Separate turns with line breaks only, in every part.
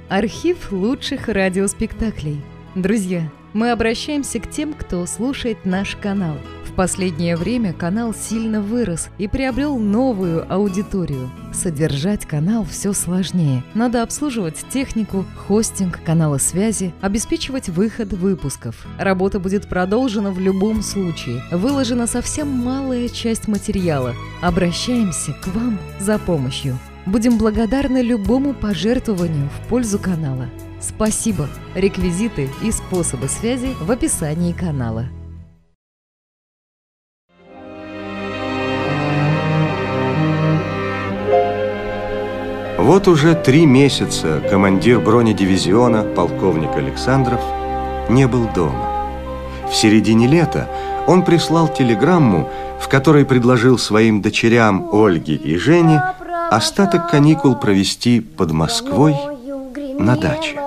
Архив лучших радиоспектаклей. Друзья, мы обращаемся к тем, кто слушает наш канал. В последнее время канал сильно вырос и приобрел новую аудиторию. Содержать канал все сложнее. Надо обслуживать технику, хостинг, каналы связи, обеспечивать выход выпусков. Работа будет продолжена в любом случае. Выложена совсем малая часть материала. Обращаемся к вам за помощью. Будем благодарны любому пожертвованию в пользу канала. Спасибо! Реквизиты и способы связи в описании канала.
Вот уже 3 месяца командир бронедивизиона, полковник Александров, не был дома. В середине лета он прислал телеграмму, в которой предложил своим дочерям Ольге и Жене остаток каникул провести под Москвой на даче.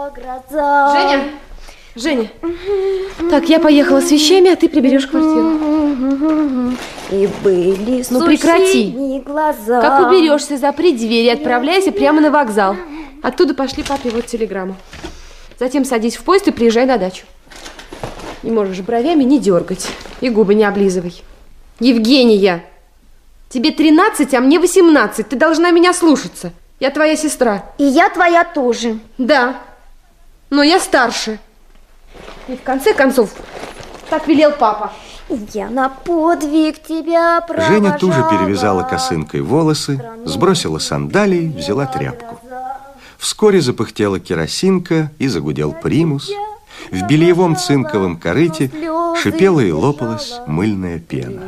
Женя, так, я поехала с вещами, а ты приберешь квартиру.
И были
прекрати.
Глаза.
Как уберешься, запри дверь и отправляйся прямо на вокзал. Оттуда пошли папе вот телеграмму. Затем садись в поезд и приезжай на дачу. Не можешь же бровями не дергать и губы не облизывай. Евгения, тебе 13, а мне 18. Ты должна меня слушаться. Я твоя сестра.
И я твоя тоже.
Да, но я старше. И в конце концов, так велел папа.
Я на подвиг тебя провожала.
Женя тут же перевязала косынкой волосы, сбросила сандалии, взяла тряпку. Вскоре запыхтела керосинка и загудел примус. В бельевом цинковом корыте шипела и лопалась мыльная пена.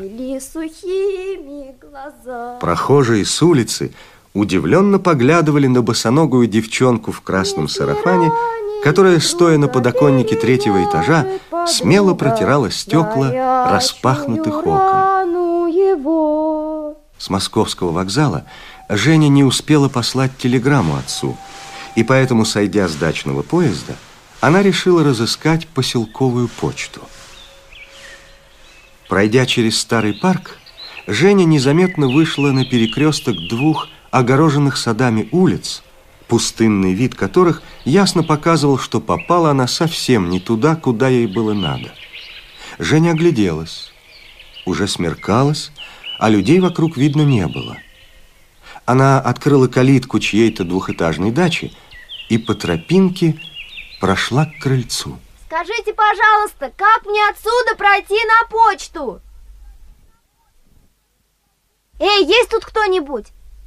Прохожие с улицы удивленно поглядывали на босоногую девчонку в красном сарафане, которая, стоя на подоконнике 3-го этажа, смело протирала стекла распахнутых окон. С московского вокзала Женя не успела послать телеграмму отцу, и поэтому, сойдя с дачного поезда, она решила разыскать поселковую почту. Пройдя через старый парк, Женя незаметно вышла на перекресток 2 огороженных садами улиц, пустынный вид которых ясно показывал, что попала она совсем не туда, куда ей было надо. Женя огляделась. Уже смеркалось, а людей вокруг видно не было. Она открыла калитку чьей-то 2-этажной дачи и по тропинке прошла к крыльцу.
Скажите, пожалуйста, как мне отсюда пройти на почту? Эй, есть тут кто-нибудь?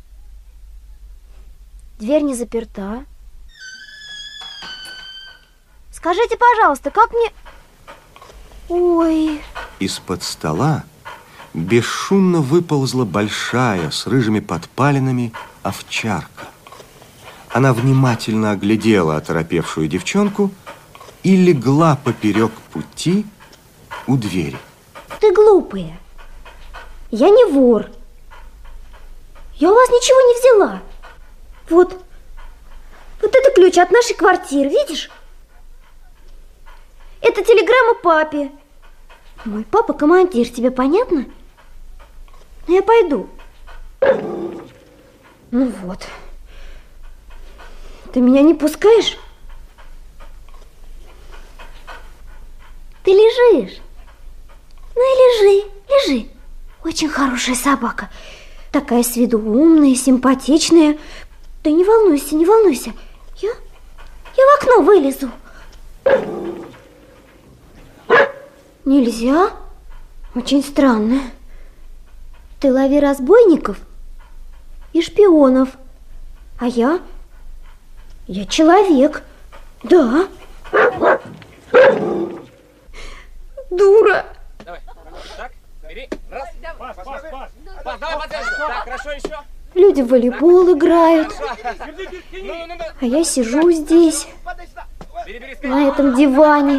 Дверь не заперта. Скажите, пожалуйста, как мне... Ой...
Из-под стола бесшумно выползла большая, с рыжими подпалинами, овчарка. Она внимательно оглядела оторопевшую девчонку и легла поперек пути у двери.
Ты глупая. Я не вор. Я у вас ничего не взяла. Вот это ключ от нашей квартиры, видишь? Это телеграмма папе. Мой папа командир, тебе понятно? Ну, я пойду. Ну вот. Ты меня не пускаешь? Ты лежишь. Ну и лежи. Очень хорошая собака. Такая с виду умная, симпатичная. Да не волнуйся. Я в окно вылезу. Нельзя? Очень странно. Ты лови разбойников и шпионов. А я человек. Да. Дура.
Давай. Так, бери. Раз. Пас, давай подержи. Так, хорошо, еще.
Люди в волейбол играют. А я сижу здесь, на этом диване.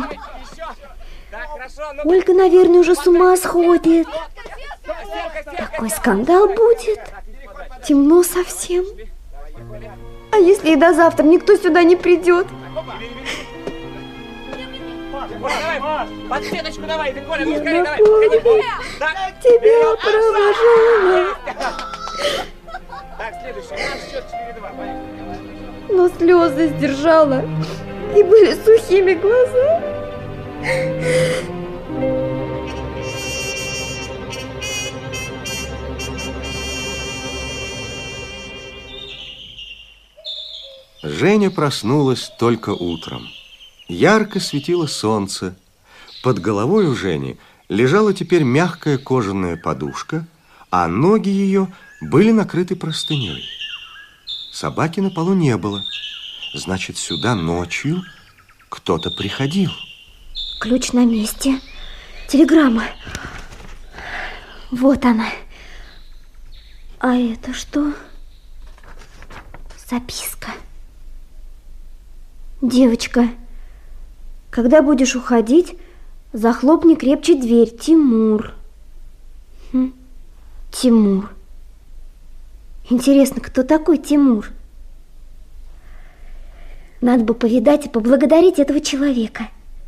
Ольга, наверное, уже с ума сходит. Такой скандал будет. Темно совсем. А если и до завтра никто сюда не придет?
Подсветочку давай, ты, Коля, ну
скорее,
давай.
Тебя провожала.
Так, следующий. Наш счет 4-2. Поехали.
но слезы сдержала, и были сухими глаза.
Женя проснулась только утром. Ярко светило солнце. Под головой у Жени лежала теперь мягкая кожаная подушка, а ноги ее были накрыты простыней. Собаки на полу не было. Значит, сюда ночью кто-то приходил.
Ключ на месте. Телеграмма. Вот она. А это что? Записка. Девочка, когда будешь уходить, захлопни крепче дверь. Тимур. Тимур. Интересно, кто такой Тимур? Надо бы повидать и поблагодарить этого человека.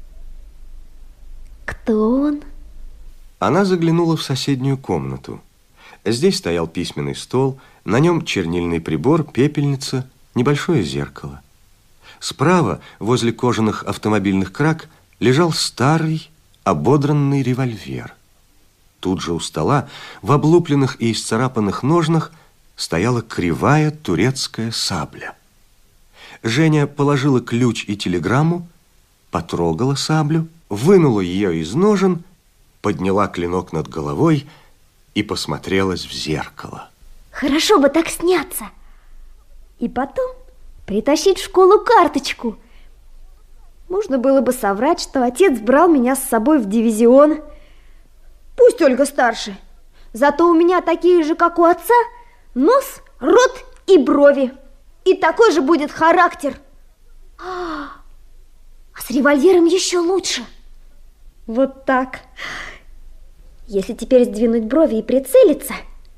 Кто он?
Она заглянула в соседнюю комнату. Здесь стоял письменный стол, на нем чернильный прибор, пепельница, небольшое зеркало. Справа, возле кожаных автомобильных краг, лежал старый, ободранный револьвер. Тут же у стола, в облупленных и исцарапанных ножнах, стояла кривая турецкая сабля. Женя положила ключ и телеграмму, потрогала саблю, вынула ее из ножен, подняла клинок над головой и посмотрелась в зеркало.
Хорошо бы так сняться. И потом притащить в школу карточку. Можно было бы соврать, что отец брал меня с собой в дивизион. Пусть Ольга старше. Зато у меня такие же, как у отца, нос, рот и брови. И такой же будет характер. А с револьвером еще лучше. Вот так. Если теперь сдвинуть брови и прицелиться...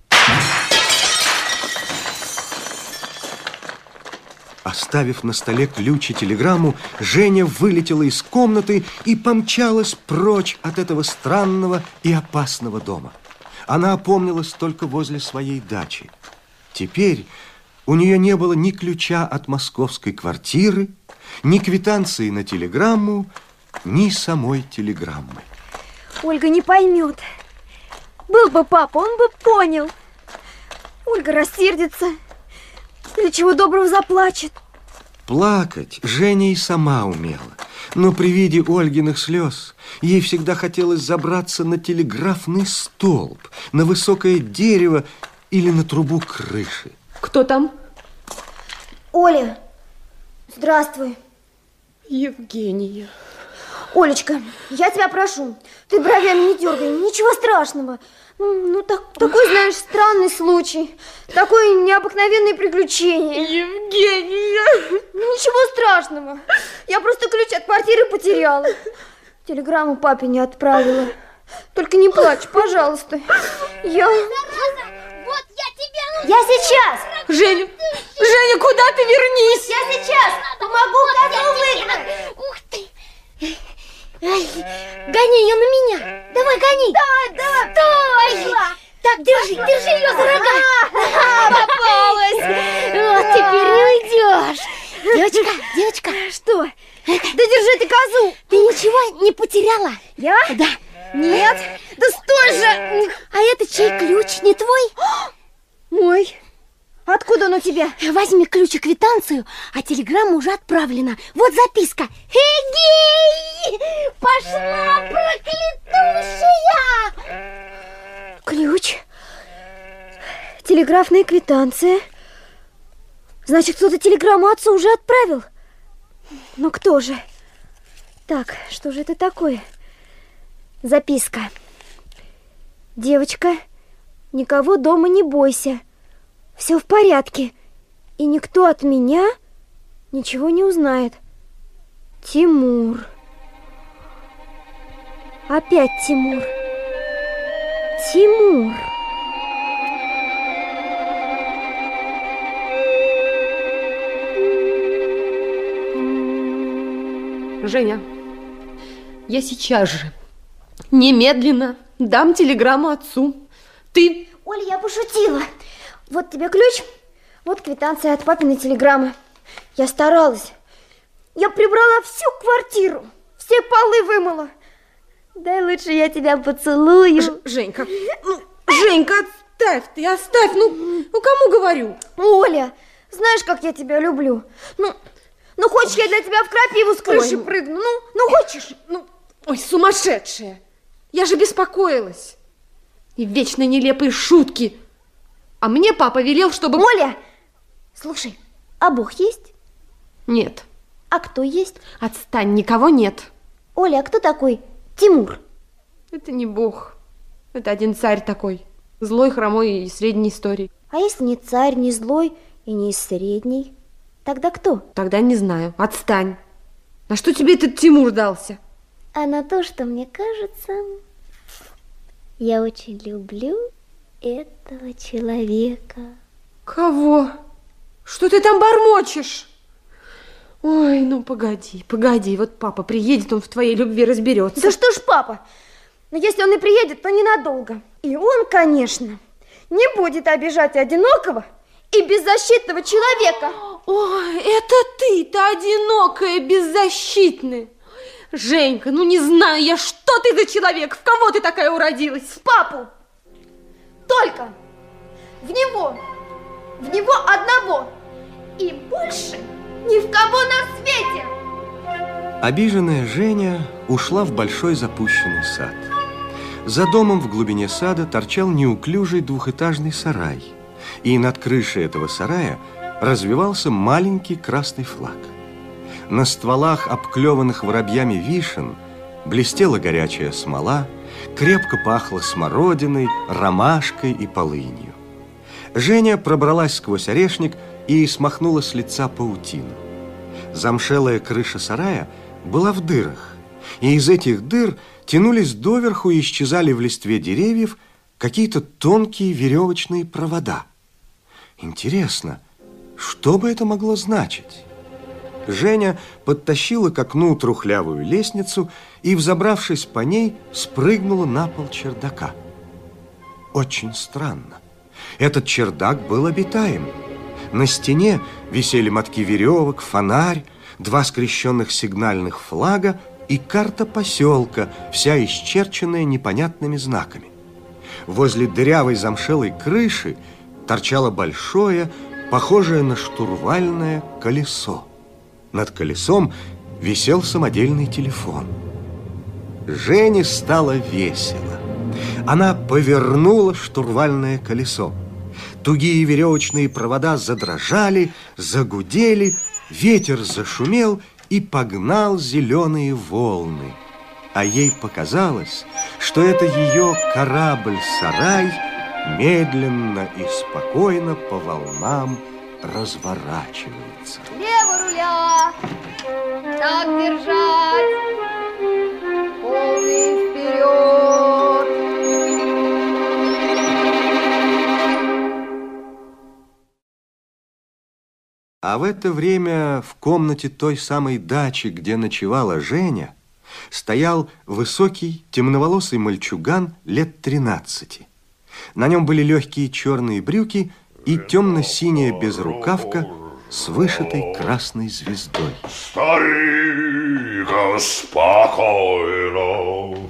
Оставив на столе ключ и телеграмму, Женя вылетела из комнаты и помчалась прочь от этого странного и опасного дома. Она опомнилась только возле своей дачи. Теперь у нее не было ни ключа от московской квартиры, ни квитанции на телеграмму, ни самой телеграммы.
Ольга не поймет. Был бы папа, он бы понял. Ольга рассердится. Или чего доброго заплачет.
Плакать Женя и сама умела. Но при виде Ольгиных слез ей всегда хотелось забраться на телеграфный столб, на высокое дерево или на трубу крыши.
Кто там?
Оля, здравствуй.
Евгения.
Олечка, я тебя прошу, ты бровями не дергай, ничего страшного. Такой, знаешь, странный случай. Такое необыкновенное приключение.
Евгения!
Ничего страшного. Я просто ключ от квартиры потеряла. Телеграмму папе не отправила. Только не плачь, пожалуйста.
Вот я тебе...
Я сейчас!
Женя! Женя, куда ты? Вернись!
Я сейчас! Помогу козу выгнать!
Ух ты! Гони ее на меня! Давай, гони!
Давай!
Стой! Так, держи ее за рога!
Попалась!
Вот теперь не уйдешь! Девочка!
Что? Да держи ты козу!
Ты ничего не потеряла?
Я?
Да.
Нет! Да стой же!
А это чей ключ, не твой?
Мой. Откуда он у тебя?
Возьми ключ и квитанцию, а телеграмма уже отправлена. Вот записка. Эгей! Пошла проклятущая!
Ключ. Телеграфная квитанция. Значит, кто-то телеграмму отцу уже отправил. Ну кто же? Так, что же это такое? Записка. Девочка, никого дома не бойся. Все в порядке. И никто от меня ничего не узнает. Тимур. Опять Тимур. Тимур.
Женя, я сейчас же, немедленно дам телеграмму отцу. Ты...
Оля, я пошутила. Вот тебе ключ, вот квитанция от папиной телеграммы. Я старалась. Я прибрала всю квартиру, все полы вымыла. Дай лучше я тебя поцелую.
Женька, Женька, оставь, ну кому говорю?
Оля, знаешь, как я тебя люблю. Ну хочешь, я для тебя в крапиву с крыши прыгну? Ну хочешь?
Ой, сумасшедшая. Я же беспокоилась. И вечно нелепые шутки. А мне папа велел, чтобы...
Оля, слушай, а Бог есть?
Нет.
А кто есть?
Отстань, никого нет.
Оля, а кто такой Тимур?
Это не Бог. Это один царь такой. Злой, хромой и средней истории.
А если не царь, не злой и не из средней? Тогда кто?
Тогда не знаю. Отстань. На что тебе этот Тимур дался?
А на то, что мне кажется, я очень люблю этого человека.
Кого? Что ты там бормочешь? Ой, ну погоди. Вот папа приедет, он в твоей любви разберется.
Да что ж, папа, но если он и приедет, то ненадолго. И он, конечно, не будет обижать одинокого и беззащитного человека.
Ой, это ты-то одинокая, беззащитная. Женька, ну не знаю я, что ты за человек, в кого ты такая уродилась?
В папу. Только в него одного. И больше ни в кого на свете.
Обиженная Женя ушла в большой запущенный сад. За домом в глубине сада торчал неуклюжий двухэтажный сарай. И над крышей этого сарая развивался маленький красный флаг. На стволах, обклеванных воробьями вишен, блестела горячая смола, крепко пахло смородиной, ромашкой и полынью. Женя пробралась сквозь орешник и смахнула с лица паутину. Замшелая крыша сарая была в дырах, и из этих дыр тянулись доверху и исчезали в листве деревьев какие-то тонкие веревочные провода. Интересно, что бы это могло значить? Женя подтащила к окну трухлявую лестницу и, взобравшись по ней, спрыгнула на пол чердака. Очень странно. Этот чердак был обитаем. На стене висели мотки веревок, фонарь, 2 скрещенных сигнальных флага и карта поселка, вся исчерченная непонятными знаками. Возле дырявой замшелой крыши торчало большое, похожее на штурвальное колесо. Над колесом висел самодельный телефон. Жене стало весело. Она повернула штурвальное колесо. Тугие веревочные провода задрожали, загудели, ветер зашумел и погнал зеленые волны. А ей показалось, что это ее корабль-сарай медленно и спокойно по волнам разворачивается.
Лево руля! Так держать! Полный вперед!
А в это время в комнате той самой дачи, где ночевала Женя, стоял высокий темноволосый мальчуган лет 13. На нем были легкие черные брюки и темно-синяя безрукавка с вышитой красной звездой.
Старика, спокойно,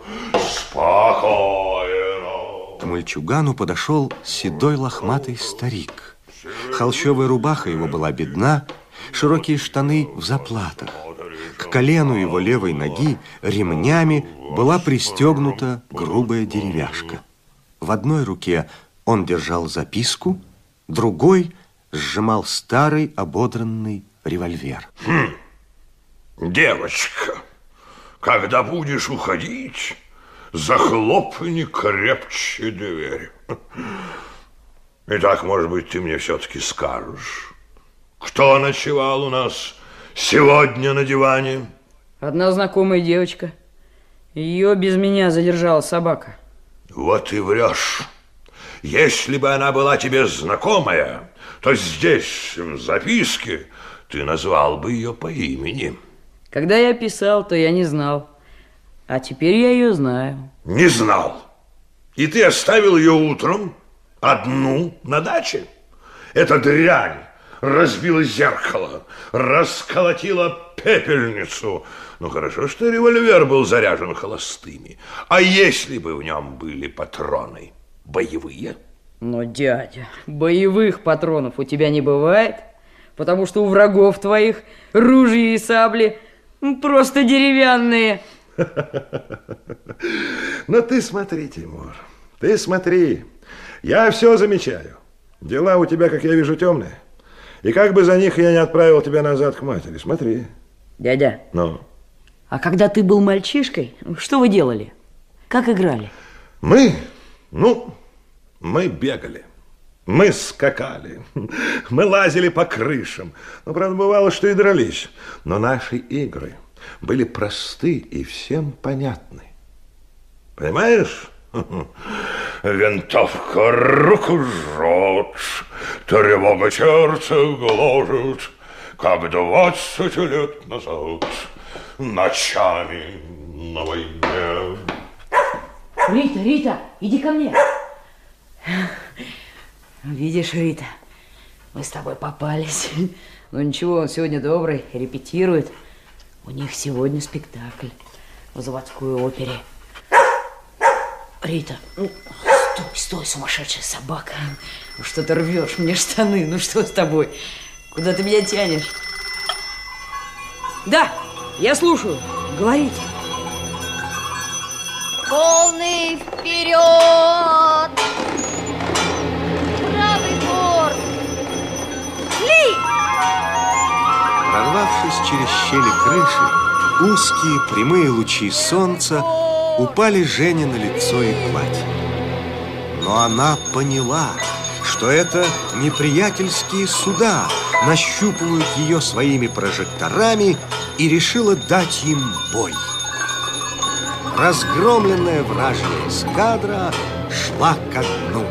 спокойно.
К мальчугану подошел седой лохматый старик. Холщовая рубаха его была бедна, широкие штаны в заплатах. К колену его левой ноги ремнями была пристегнута грубая деревяшка. В одной руке он держал записку, другой сжимал старый ободранный револьвер.
Девочка, когда будешь уходить, захлопни крепче дверь. Итак, может быть, ты мне все-таки скажешь, кто ночевал у нас сегодня на диване?
Одна знакомая девочка. Ее без меня задержала собака.
Вот и врешь. Если бы она была тебе знакомая, то здесь, в записке, ты назвал бы ее по имени.
Когда я писал, то я не знал. А теперь я ее знаю.
Не знал. И ты оставил ее утром одну на даче? Эта дрянь разбила зеркало, расколотила пепельницу. Ну, хорошо, что револьвер был заряжен холостыми. А если бы в нем были патроны боевые?
Но, дядя, боевых патронов у тебя не бывает, потому что у врагов твоих ружья и сабли просто деревянные.
Но ты смотри, Тимур, ты смотри. Я все замечаю. Дела у тебя, как я вижу, темные. И как бы за них я не отправил тебя назад к матери. Смотри.
Дядя,
Ну?
а когда ты был мальчишкой, что вы делали? Как играли?
Мы бегали. Мы скакали. Мы лазили по крышам. Ну, правда, бывало, что и дрались. Но наши игры были просты и всем понятны. Понимаешь? Винтовка руку жжет, тревога сердце гложет, как 20 лет назад, ночами на войне.
Рита, иди ко мне. Видишь, Рита, мы с тобой попались. Ну ничего, он сегодня добрый, репетирует. У них сегодня спектакль в заводской опере. Рита, стой, сумасшедшая собака. Ну что ты рвешь мне штаны? Ну что с тобой? Куда ты меня тянешь? Да, я слушаю. Говорите.
Полный вперед! Правый борт! Ли!
Прорвавшись через щели крыши, узкие прямые лучи солнца упали Жене на лицо и платье. Но она поняла, что это неприятельские суда нащупывают ее своими прожекторами, и решила дать им бой. Разгромленная вражья эскадра шла ко дну.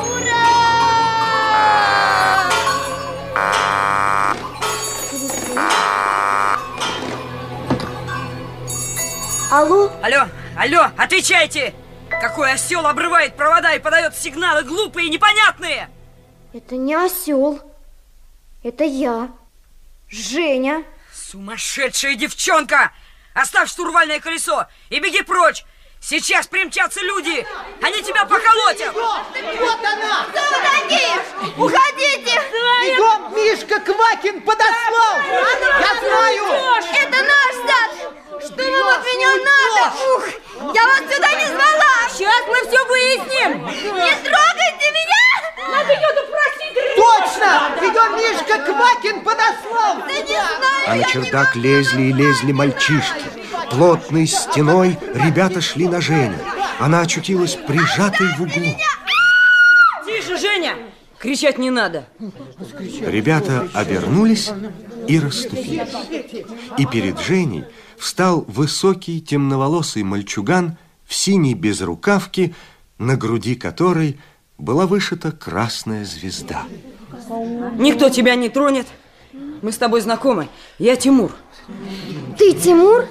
Алло?
Алло, отвечайте! Какой осел обрывает провода и подает сигналы глупые и непонятные?
Это не осел. Это я. Женя.
Сумасшедшая девчонка! Оставь штурвальное колесо и беги прочь! Сейчас примчатся люди! Они тебя поколотят!
Вот она!
Заводогеев! Уходите!
Бегом Мишка Квакин подослал! Я знаю!
Это наш сад! Что вам от меня надо? Ух, я вас сюда не звала!
Сейчас мы все выясним!
Не трогайте меня!
Надо ее допросить!
Точно! Бегом Мишка Квакин подослал!
Да не знаю!
А на чердак лезли и лезли мальчишки. Плотной стеной ребята шли на Женю. Она очутилась прижатой в углу.
Тише, Женя! Кричать не надо.
Ребята обернулись и расступились. И перед Женей встал высокий темноволосый мальчуган в синей безрукавке, на груди которой была вышита красная звезда.
Никто тебя не тронет. Мы с тобой знакомы. Я Тимур.
Ты Тимур?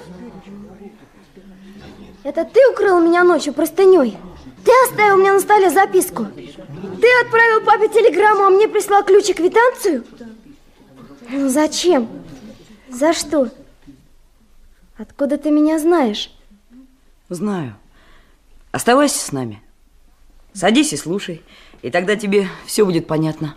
Это ты укрыл меня ночью простыней? Ты оставил мне на столе записку? Ты отправил папе телеграмму, а мне прислал ключ и квитанцию? Ну зачем? За что? Откуда ты меня знаешь?
Знаю. Оставайся с нами. Садись и слушай, и тогда тебе все будет понятно.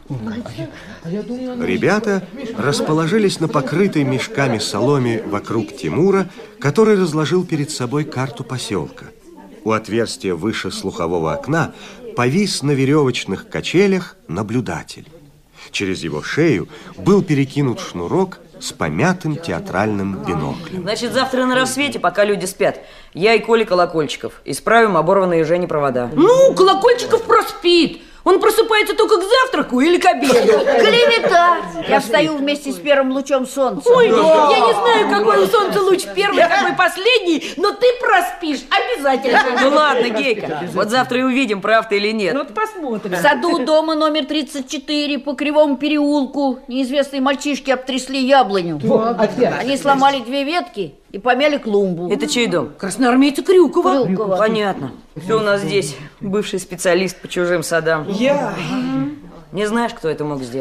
Ребята расположились на покрытой мешками соломе вокруг Тимура, который разложил перед собой карту поселка. У отверстия выше слухового окна повис на веревочных качелях наблюдатель. Через его шею был перекинут шнурок с помятым театральным биноклем.
Значит, завтра на рассвете, пока люди спят, я и Коля Колокольчиков исправим оборванные Жене провода.
Ну, Колокольчиков проспит. Он просыпается только к завтраку или к обеду.
Клевета! Я встаю вместе с первым лучом солнца.
Ой, я не знаю, какой у солнца луч первый, какой последний, но ты проспишь обязательно.
Ну ладно, Гейка, вот завтра и увидим, прав ты или нет.
Ну, посмотрим.
В саду дома номер 34 по Кривому переулку неизвестные мальчишки обтрясли яблоню. Они сломали 2 ветки и помяли клумбу.
Это чей дом?
Красноармейца Крюкова.
Понятно. Кто у нас здесь? Бывший специалист по чужим садам.
Я.
Не знаешь, кто это мог сделать?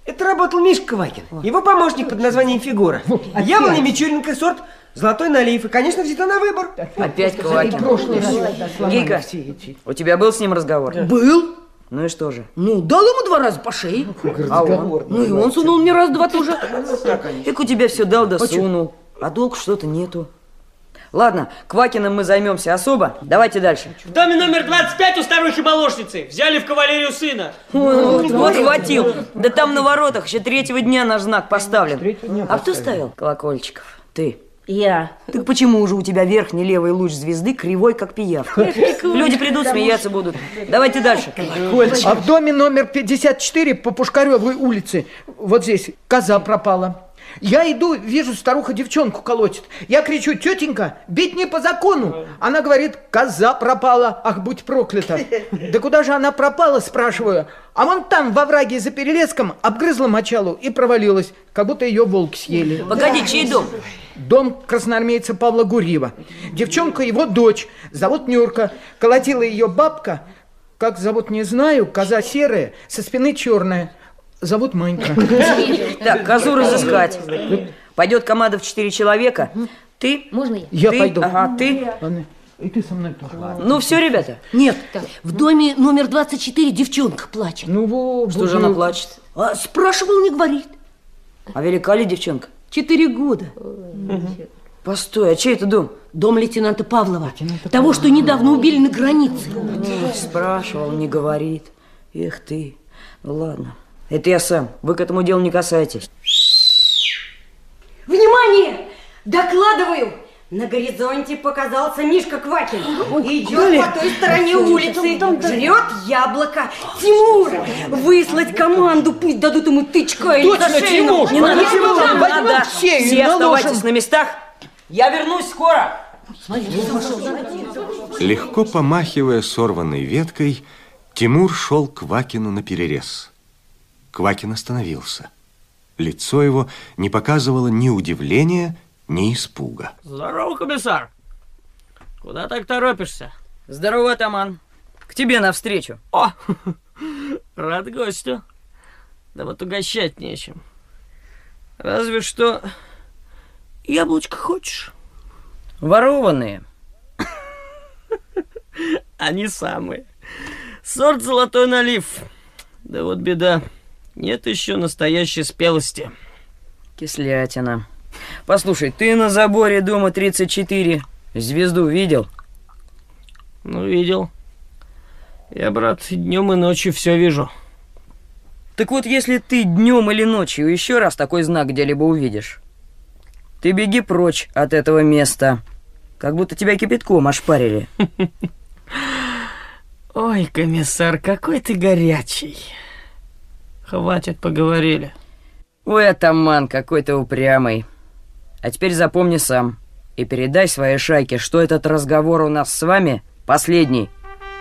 Это работал Мишка Квакин, его помощник под названием Фигура. Яблоня Мичуринка, сорт «Золотой налив». И, конечно, взята на выбор.
Опять Квакин. Гейка, у тебя был с ним разговор?
Был.
Ну и что же?
Ну, дал ему 2 раза по шее.
А он?
Ну и он сунул мне раз-два тоже.
Как у тебя все дал да сунул, а долг что-то нету. Ладно, Квакиным мы займемся особо. Давайте дальше.
В доме номер 25 у старухи-молочницы. Взяли в кавалерию сына.
Вот хватил. Да там на воротах еще 3-го дня наш знак поставлен.
А кто ставил?
Колокольчиков. Ты.
Я.
Так почему же у тебя верхний левый луч звезды кривой, как пиявка? Люди придут, смеяться будут. Давайте дальше.
А в доме номер 54 по Пушкаревой улице, вот здесь, коза пропала. Я иду, вижу, старуха девчонку колотит. Я кричу: тетенька, бить не по закону. Она говорит: коза пропала, ах, будь проклята. Да куда же она пропала, спрашиваю. А вон там, во враге за перелеском, обгрызла мочалу и провалилась, как будто ее волки съели.
Погоди, чей дом?
Дом красноармейца Павла Гурьева. Девчонка его дочь, зовут Нюрка. Колотила ее бабка, как зовут не знаю, коза серая, со спины черная. Зовут Манька.
Так, козу разыскать. Пойдет команда в 4 человека. Ты?
Можно я?
Я пойду.
Ага, ты?
Ладно. И ты со мной тоже.
Ну все, ребята.
Нет, в доме номер 24 девчонка плачет.
Ну вот.
Что же она плачет?
А, спрашивал, не говорит.
А велика ли девчонка?
4 года.
Постой, а чей это дом?
Дом лейтенанта Павлова. Того, что недавно убили на границе.
Спрашивал, не говорит. Эх ты. Ну ладно. Это я сам. Вы к этому делу не касаетесь.
Внимание! Докладываю! На горизонте показался Мишка Квакин. Идет по той стороне улицы, жрет яблоко. Тимур, выслать команду, пусть дадут ему тычка или
Точно, Тимур!
Не надо,
Тимур,
надо. Все оставайтесь на местах. Я вернусь скоро.
Легко помахивая сорванной веткой, Тимур шел к Квакину наперерез. Квакин остановился. Лицо его не показывало ни удивления, ни испуга.
Здорово, комиссар. Куда так торопишься?
Здорово, атаман. К тебе навстречу.
О, рад гостю. Да вот угощать нечем. Разве что яблочко хочешь?
Ворованные.
Они самые. Сорт «Золотой налив». Да вот беда. Нет еще настоящей спелости.
Кислятина. Послушай, ты на заборе дома 34 звезду видел?
Ну, видел. Я, брат, днем и ночью все вижу.
Так вот, если ты днем или ночью еще раз такой знак где-либо увидишь, ты беги прочь от этого места, как будто тебя кипятком ошпарили.
Ой, комиссар, какой ты горячий. Хватит, поговорили.
Ой, атаман, какой ты упрямый. А теперь запомни сам и передай своей шайке, что этот разговор у нас с вами последний.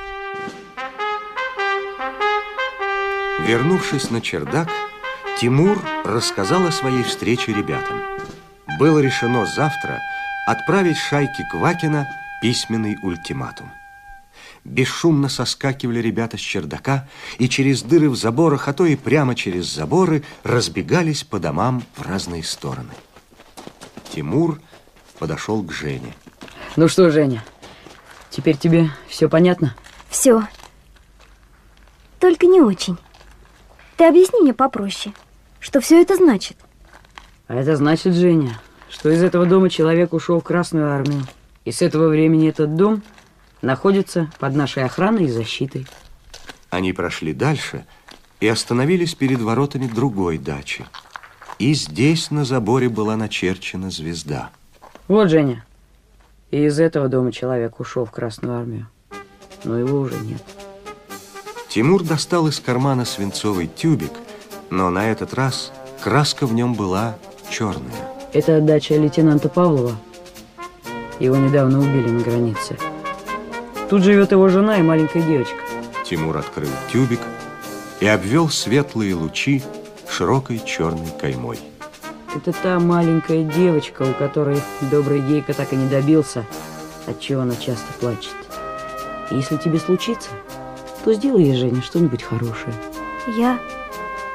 Вернувшись на чердак, Тимур рассказал о своей встрече ребятам. Было решено завтра отправить шайке Квакина письменный ультиматум. Бесшумно соскакивали ребята с чердака и через дыры в заборах, а то и прямо через заборы, разбегались по домам в разные стороны. Тимур подошел к Жене.
Ну что, Женя, теперь тебе все понятно?
Все. Только не очень. Ты объясни мне попроще, что все это значит.
А это значит, Женя, что из этого дома человек ушел в Красную армию. И с этого времени этот дом находится под нашей охраной и защитой.
Они прошли дальше и остановились перед воротами другой дачи. И здесь на заборе была начерчена звезда.
Вот, Женя, и из этого дома человек ушел в Красную армию. Но его уже нет.
Тимур достал из кармана свинцовый тюбик, но на этот раз краска в нем была черная.
Это дача лейтенанта Павлова. Его недавно убили на границе. Тут живет его жена и маленькая девочка.
Тимур открыл тюбик и обвел светлые лучи широкой черной каймой.
Это та маленькая девочка, у которой добрый Гейка так и не добился, отчего она часто плачет. И если тебе случится, то сделай ей, Женя, что-нибудь хорошее.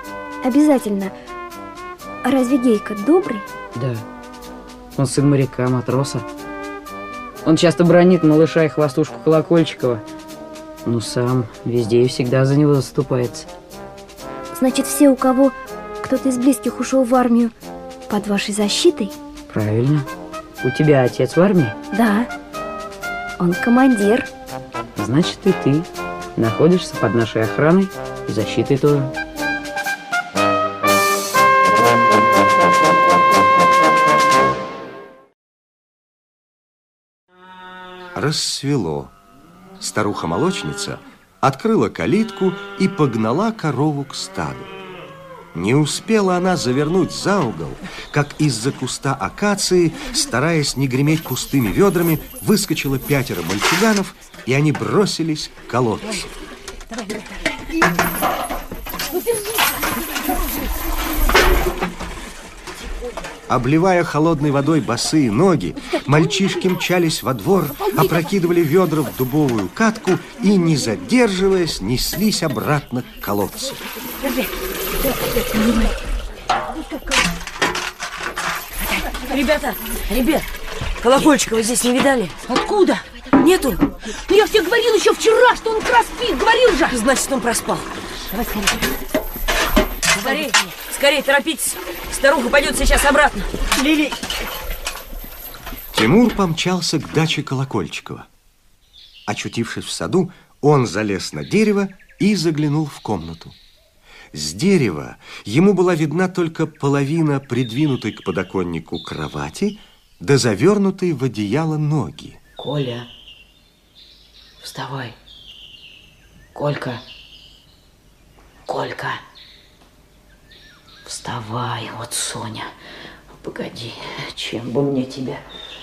Обязательно. А разве Гейка добрый?
Да. Он сын моряка, матроса. Он часто бронит малыша и хвостушку Колокольчикова, но сам везде и всегда за него заступается.
Значит, все, у кого кто-то из близких ушел в армию, под вашей защитой?
Правильно. У тебя отец в армии?
Да. Он командир.
Значит, и ты находишься под нашей охраной и защитой тоже.
Рассвело. Старуха-молочница открыла калитку и погнала корову к стаду. Не успела она завернуть за угол, как из-за куста акации, стараясь не греметь пустыми ведрами, выскочило 5 мальчуганов, и они бросились к колодцу. Обливая холодной водой босые ноги, мальчишки мчались во двор, опрокидывали ведра в дубовую катку и, не задерживаясь, неслись обратно к колодцу.
Ребят, Колокольчикова здесь не видали? Откуда? Нету. Ну я тебе говорил еще вчера, что он проспит, говорил же. Значит, он проспал. Давай скорее. Скорее, торопитесь. Старуха пойдет сейчас обратно. Лили.
Тимур помчался к даче Колокольчикова. Очутившись в саду, он залез на дерево и заглянул в комнату. С дерева ему была видна только половина придвинутой к подоконнику кровати, да завернутой в одеяло ноги.
Коля, вставай. Колька. Вставай, вот Соня. Погоди, чем бы мне тебя...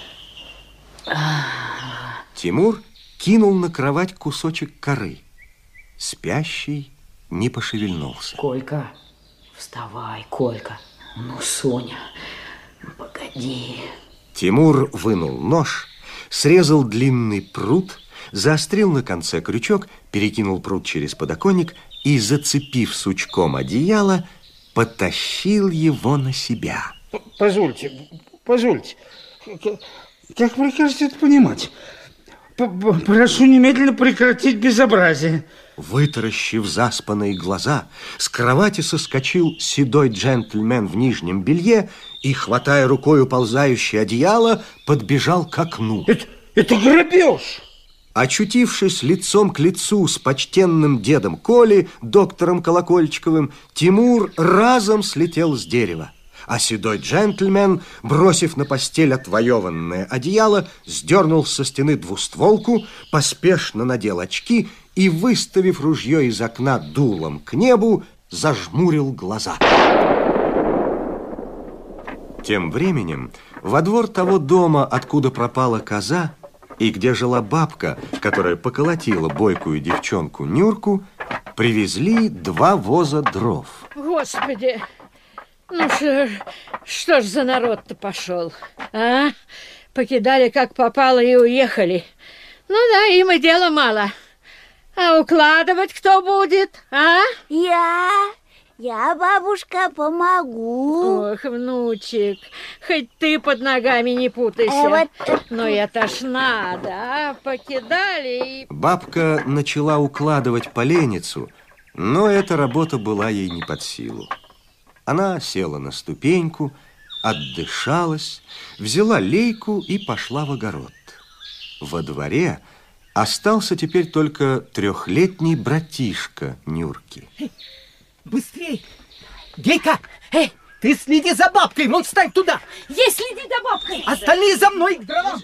Тимур кинул на кровать кусочек коры. Спящий не пошевельнулся.
Колька, вставай, Колька. Ну, Соня, погоди.
Тимур вынул нож, срезал длинный прут, заострил на конце крючок, перекинул прут через подоконник и, зацепив сучком одеяло, потащил его на себя.
Позвольте. Как прикажете это понимать? Прошу немедленно прекратить безобразие.
Вытаращив заспанные глаза, с кровати соскочил седой джентльмен в нижнем белье и, хватая рукой уползающее одеяло, подбежал к окну.
Это грабеж!
Очутившись лицом к лицу с почтенным дедом Колей, доктором Колокольчиковым, Тимур разом слетел с дерева. А седой джентльмен, бросив на постель отвоеванное одеяло, сдернул со стены двустволку, поспешно надел очки и, выставив ружье из окна дулом к небу, зажмурил глаза. Тем временем во двор того дома, откуда пропала коза, и где жила бабка, которая поколотила бойкую девчонку Нюрку, привезли 2 воза дров.
Господи, ну что ж за народ-то пошел, а? Покидали как попало и уехали. Ну да, им и дела мало. А укладывать кто будет, а?
Я, бабушка, помогу.
Ох, внучек, хоть ты под ногами не путайся. Но это ж надо, а? Покидали и...
Бабка начала укладывать поленницу, но эта работа была ей не под силу. Она села на ступеньку, отдышалась, взяла лейку и пошла в огород. Во дворе остался теперь только 3-летний братишка Нюрки.
Быстрей! Гейка! Ты следи за бабкой, вон встань туда!
Есть следи за бабкой!
Остальные за мной к дровам!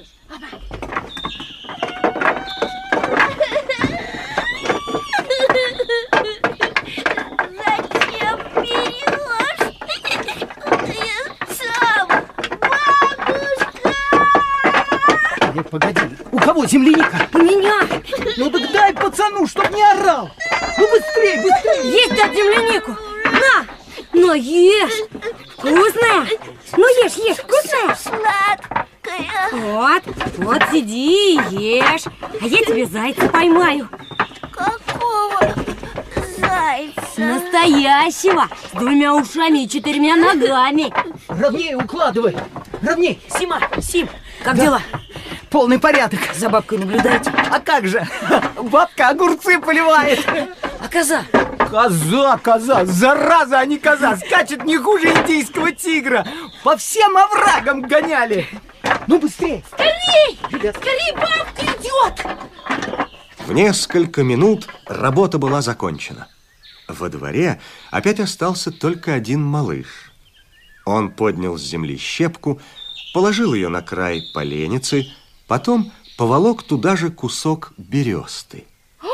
Зачем берешь? Я сам! Бабушка!
Погоди, у кого земляника?
У меня!
Ну так дай пацану, чтоб не орал! Ну быстрей!
Есть дать землянику! На! Ну ешь! Вкусная! Ну ешь, вкусная!
Сладкая!
Вот сиди и ешь! А я тебе зайца поймаю!
Какого зайца?
Настоящего, с 2 ушами и 4 ногами.
Ровнее укладывай. Ровнее.
Сим, как дела?
Полный порядок.
За бабкой наблюдаете?
А как же? Бабка огурцы поливает.
А коза?
Коза, зараза, а не коза. Скачет не хуже индийского тигра. По всем оврагам гоняли. Ну, быстрее.
Скорей! Скорей, бабка идет!
В несколько минут работа была закончена. Во дворе опять остался только один малыш. Он поднял с земли щепку, положил ее на край поленницы, потом поволок туда же кусок бересты.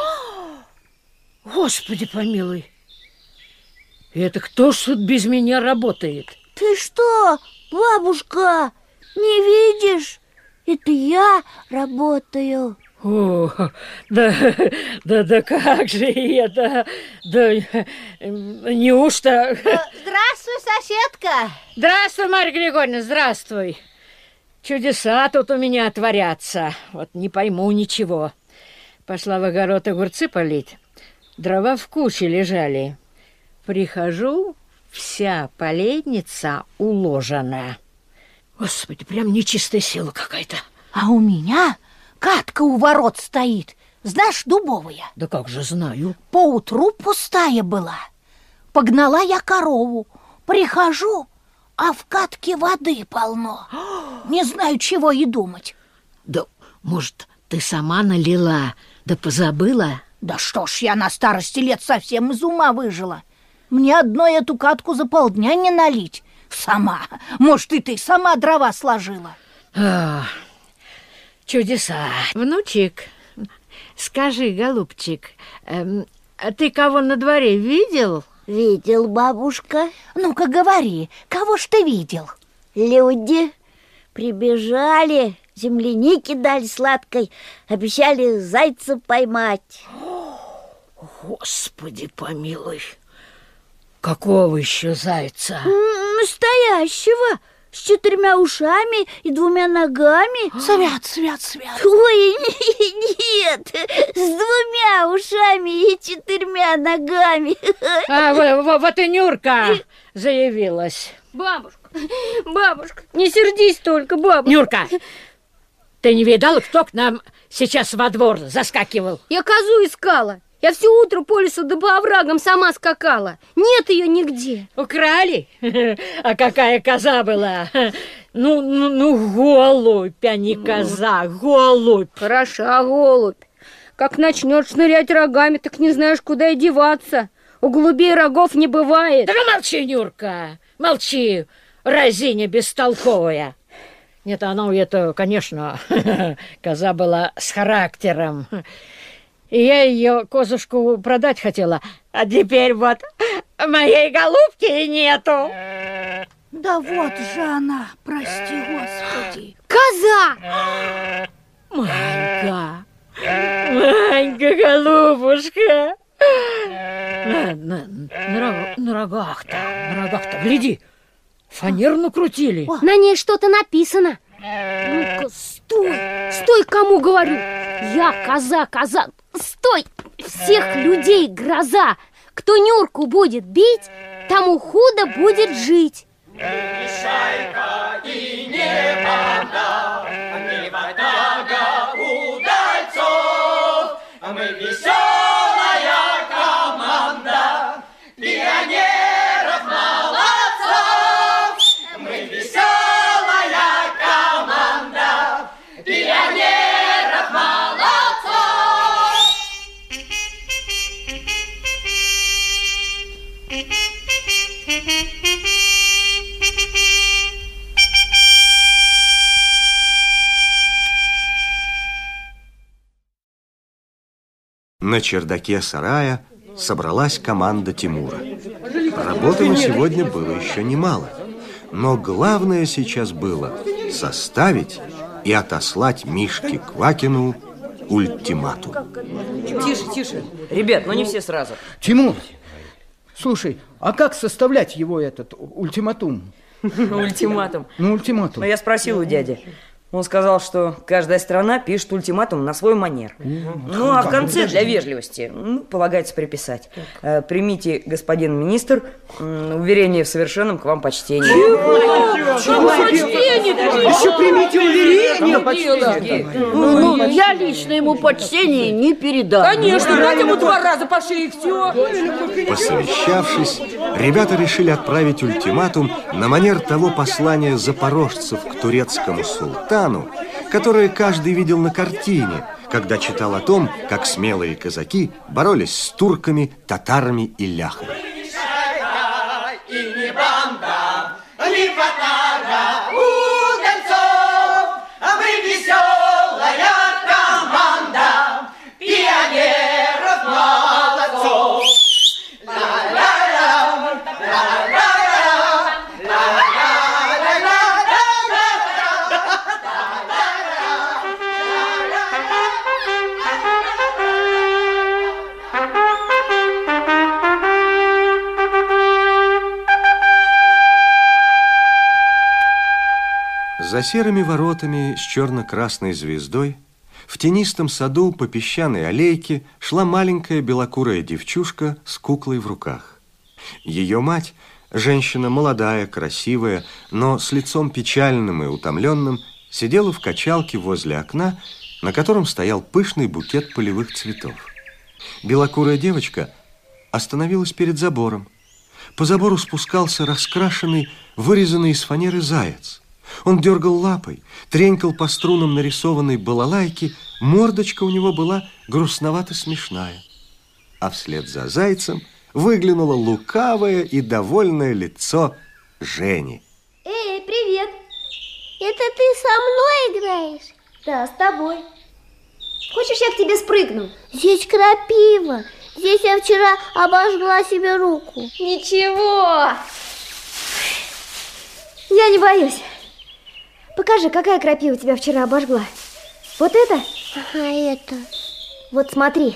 Господи помилуй, это кто ж тут без меня работает?
Ты что, бабушка, не видишь? Это я работаю.
О, да как же это? Да неужто...
Здравствуй, соседка.
Здравствуй, Марья Григорьевна, здравствуй. Чудеса тут у меня творятся. Вот не пойму ничего. Пошла в огород огурцы полить. Дрова в куче лежали. Прихожу, вся поленница уложена. Господи, прям нечистая сила какая-то.
А у меня катка у ворот стоит. Знаешь, дубовая.
Да как же знаю.
Поутру пустая была. Погнала я корову. Прихожу, а в катке воды полно. Не знаю, чего и думать.
Да, может, ты сама налила, да позабыла?
Да что ж, я на старости лет совсем из ума выжила. Мне одной эту катку за полдня не налить. Сама. Может, и ты сама дрова сложила.
Чудеса. Внучек, скажи, голубчик, ты кого на дворе видел?
Видел, бабушка.
Ну-ка, говори, кого ж ты видел?
Люди прибежали, земляники дали сладкой, обещали зайца поймать.
Господи помилуй, какого еще зайца?
Настоящего, с 4 ушами и 2 ногами.
Свят.
Ой, нет, с 2 ушами и 4 ногами.
Вот и Нюрка заявилась.
Бабушка, не сердись только, бабушка.
Нюрка, ты не видала, кто к нам сейчас во двор заскакивал?
Я козу искала. Я все утро по лесу да по оврагам сама скакала. Нет ее нигде.
Украли? А какая коза была? Ну, голубь, а не коза, голубь.
Хороша голубь. Как начнет шнырять рогами, так не знаешь, куда и деваться. У голубей рогов не бывает.
Да молчи, Нюрка, молчи, разиня бестолковая. Нет, она это, конечно, коза была с характером. И я ее, козушку, продать хотела. А теперь вот моей голубки нету.
Да вот же она, прости, Господи.
Коза!
Манька, голубушка. На рогах-то, гляди, фанеру накрутили.
На ней что-то написано. Ну-ка, стой, кому говорю. Я коза, стой, всех людей гроза. Кто Нюрку будет бить, тому худо будет жить.
Не шайка и не банда, не ватага удальцов, а мы веселая команда пионеров молодцов. Мы веселая команда пионеров молодцов.
На чердаке сарая собралась команда Тимура. Работы на сегодня было еще немало. Но главное сейчас было составить и отослать Мишке Квакину ультиматум.
Тише. Ребят, ну не все сразу.
Тимур, слушай, а как составлять его этот ультиматум?
Ультиматум?
Ну, ультиматум.
Ну, я спросил у дяди. Он сказал, что каждая страна пишет ультиматум на свой манер. Ну, а в конце, для вежливости, полагается приписать. Примите, господин министр, уверение в совершенном к вам почтении.
Еще примите уверение.
Ну, я лично ему почтение не передам.
Конечно, дать ему 2 раза по шее, и все.
Посовещавшись, ребята решили отправить ультиматум на манер того послания запорожцев к турецкому султану, которое каждый видел на картине, когда читал о том, как смелые казаки боролись с турками, татарами и ляхами. За серыми воротами с черно-красной звездой в тенистом саду по песчаной аллейке шла маленькая белокурая девчушка с куклой в руках. Ее мать, женщина молодая, красивая, но с лицом печальным и утомленным, сидела в качалке возле окна, на котором стоял пышный букет полевых цветов. Белокурая девочка остановилась перед забором. По забору спускался раскрашенный, вырезанный из фанеры заяц. Он дергал лапой, тренькал по струнам нарисованной балалайки, мордочка у него была грустновато-смешная. А вслед за зайцем выглянуло лукавое и довольное лицо Жени.
Эй, привет! Это ты со мной играешь? Да, с тобой. Хочешь, я к тебе спрыгну? Здесь крапива. Здесь я вчера обожгла себе руку. Ничего. Я не боюсь. Покажи, какая крапива тебя вчера обожгла. Вот это? Ага, это. Вот смотри.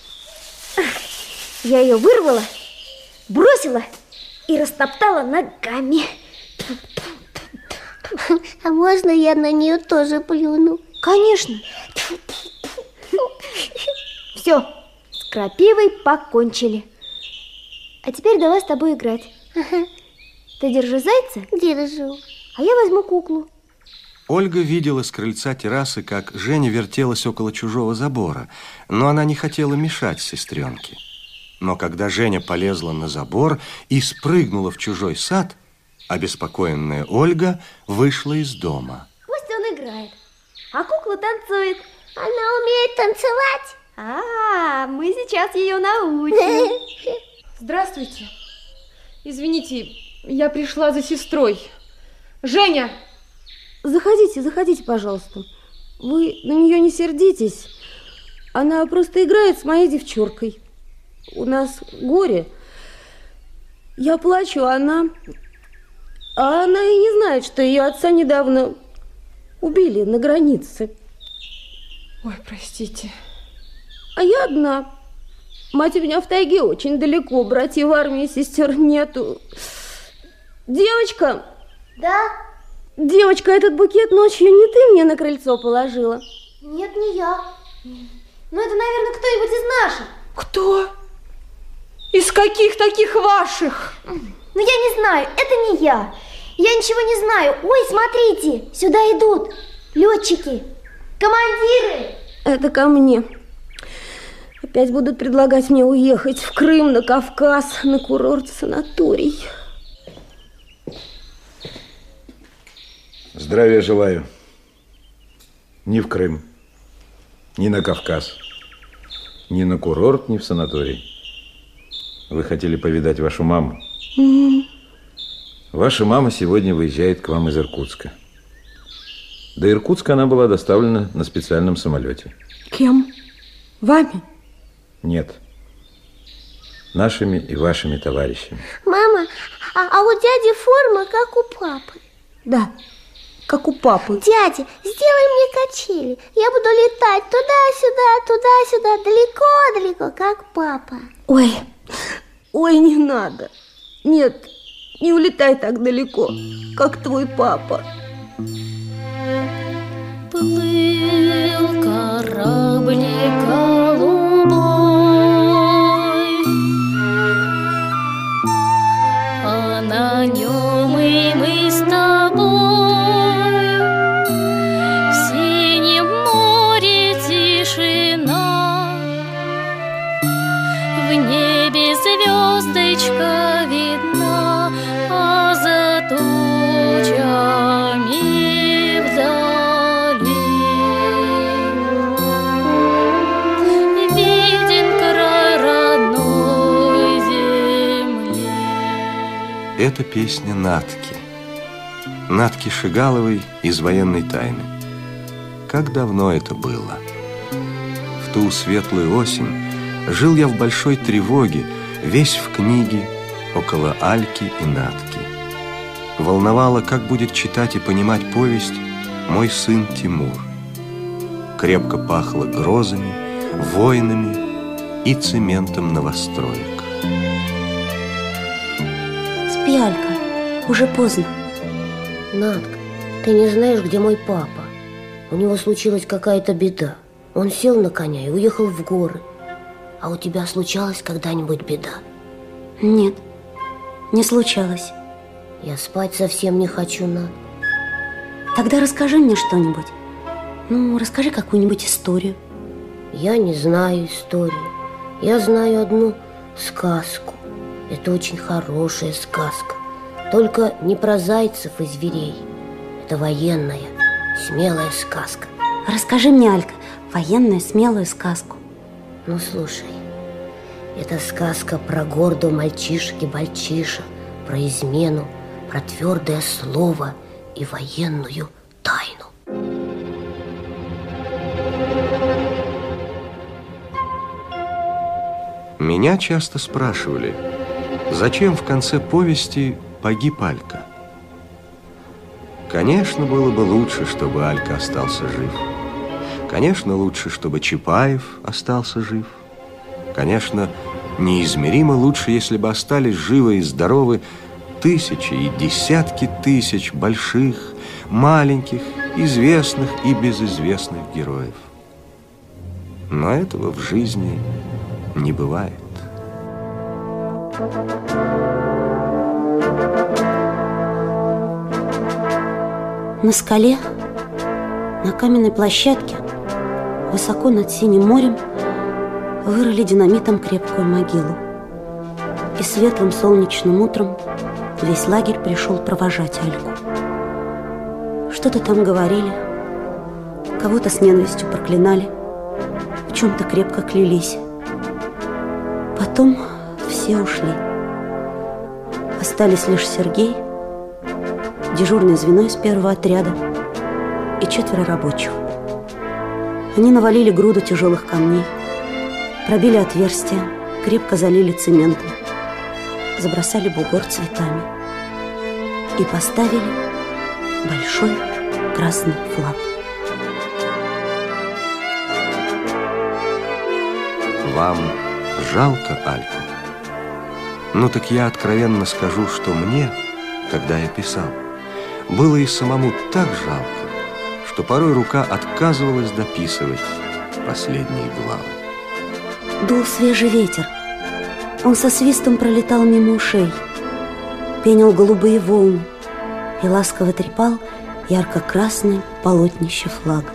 Я ее вырвала, бросила и растоптала ногами. А можно я на нее тоже плюну? Конечно. Все, с крапивой покончили. А теперь давай с тобой играть. Ага. Ты держи зайца? Держу. А я возьму куклу.
Ольга видела с крыльца террасы, как Женя вертелась около чужого забора, но она не хотела мешать сестренке. Но когда Женя полезла на забор и спрыгнула в чужой сад, обеспокоенная Ольга вышла из дома.
Пусть он играет, а кукла танцует. Она умеет танцевать? Мы сейчас ее научим.
Здравствуйте. Извините, я пришла за сестрой. Женя!
Заходите, заходите, пожалуйста. Вы на нее не сердитесь. Она просто играет с моей девчуркой. У нас горе. Я плачу, а она и не знает, что ее отца недавно убили на границе.
Ой, простите.
А я одна. Мать у меня в тайге очень далеко. Братьев в армии, сестер нету. Девочка!
Да?
Девочка, этот букет ночью не ты мне на крыльцо положила?
Нет, не я. Ну, это, наверное, кто-нибудь из наших.
Кто? Из каких таких ваших?
Ну, я не знаю, это не я. Я ничего не знаю. Ой, смотрите, сюда идут летчики, командиры.
Это ко мне. Опять будут предлагать мне уехать в Крым, на Кавказ, на курорт-санаторий.
Здравия желаю. Ни в Крым, ни на Кавказ, ни на курорт, ни в санаторий. Вы хотели повидать вашу маму? Ваша мама сегодня выезжает к вам из Иркутска. До Иркутска она была доставлена на специальном самолете.
Кем? Вами?
Нет. Нашими и вашими товарищами.
Мама, а у дяди форма, как у папы.
Да, как у папы.
Дядя, сделай мне качели. Я буду летать туда-сюда, туда-сюда, далеко-далеко, как папа.
Ой, не надо. Нет, не улетай так далеко, как твой папа.
Плыл кораблик голубой, а на нем и мы с тобой. В синем море тишина, в небе звездочка видна, а за тучами вдали виден край родной земли.
Это песня Натки. Натки Шигаловой из «Военной тайны». Как давно это было? В ту светлую осень жил я в большой тревоге, весь в книге, около Альки и Натки. Волновало, как будет читать и понимать повесть мой сын Тимур. Крепко пахло грозами, войнами и цементом новостроек.
Спи, Алька, уже поздно.
Натка, ты не знаешь, где мой папа? У него случилась какая-то беда. Он сел на коня и уехал в горы. А у тебя случалась когда-нибудь беда?
Нет, не случалось.
Я спать совсем не хочу, Нат.
Тогда расскажи мне что-нибудь. Ну, расскажи какую-нибудь историю.
Я не знаю историю. Я знаю одну сказку. Это очень хорошая сказка. Только не про зайцев и зверей. Это военная, смелая сказка.
Расскажи мне, Алька, военную, смелую сказку.
Ну, слушай. Это сказка про гордого мальчишки-бальчиша, про измену, про твердое слово и военную тайну.
Меня часто спрашивали, зачем в конце повести погиб Алька. Конечно, было бы лучше, чтобы Алька остался жив. Конечно, лучше, чтобы Чапаев остался жив. Конечно, неизмеримо лучше, если бы остались живы и здоровы тысячи и десятки тысяч больших, маленьких, известных и безызвестных героев. Но этого в жизни не бывает.
На скале, на каменной площадке, высоко над синим морем, вырыли динамитом крепкую могилу. И светлым солнечным утром весь лагерь пришел провожать Альку. Что-то там говорили, кого-то с ненавистью проклинали, в чем-то крепко клялись. Потом все ушли. Остались лишь Сергей, дежурное звено из первого отряда и 4 рабочих. Они навалили груду тяжелых камней, пробили отверстия, крепко залили цементом, забросали бугор цветами и поставили большой красный флаг.
Вам жалко Альку? Ну так я откровенно скажу, что мне, когда я писал, было и самому так жалко, что порой рука отказывалась дописывать последние главы.
Дул свежий ветер. Он со свистом пролетал мимо ушей, пенил голубые волны и ласково трепал ярко-красное полотнище флага.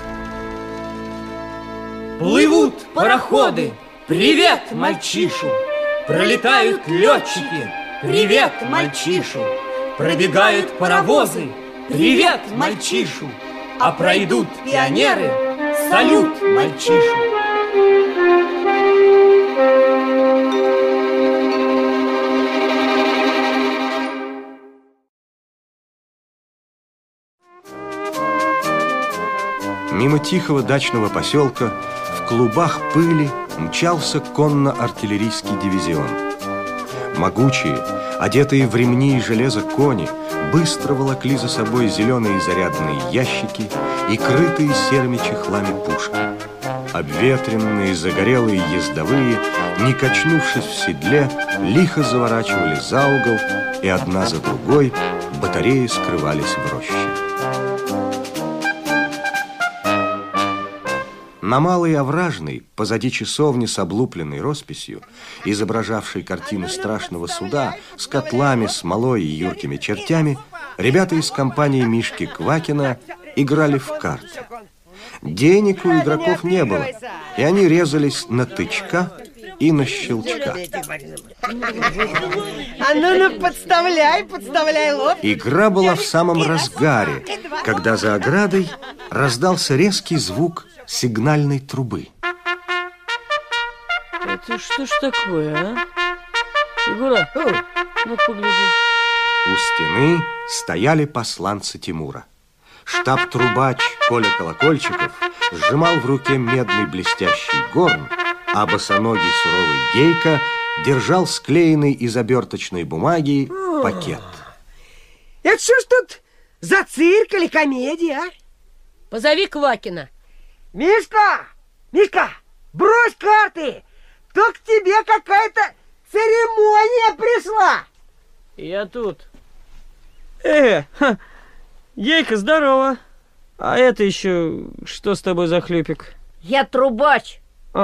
Плывут пароходы, привет мальчишу! Пролетают летчики, привет мальчишу! Пробегают паровозы, привет мальчишу! А пройдут пионеры, салют мальчишу!
Мимо тихого дачного поселка в клубах пыли мчался конно-артиллерийский дивизион. Могучие, одетые в ремни и железо кони, быстро волокли за собой зеленые зарядные ящики и крытые серыми чехлами пушки. Обветренные, загорелые ездовые, не качнувшись в седле, лихо заворачивали за угол, и одна за другой батареи скрывались в роще. На Малой Овражной, позади часовни с облупленной росписью, изображавшей картины страшного суда с котлами, смолой и юркими чертями, ребята из компании Мишки Квакина играли в карты. Денег у игроков не было, и они резались на тычка и на щелчка.
А ну, подставляй лоб.
Игра была в самом разгаре, когда за оградой раздался резкий звук сигнальной трубы.
Это что ж такое, а? Фигура, ну погляди.
У стены стояли посланцы Тимура. Штаб-трубач Коля Колокольчиков сжимал в руке медный блестящий горн, а босоногий суровый Гейка держал склеенный из оберточной бумаги пакет.
Это что ж тут за цирк или комедия, а?
Позови Квакина.
Мишка! Мишка, брось карты! То к тебе какая-то церемония пришла!
Я тут. Гейка, здорово. А это еще что с тобой за хлюпик?
Я трубач.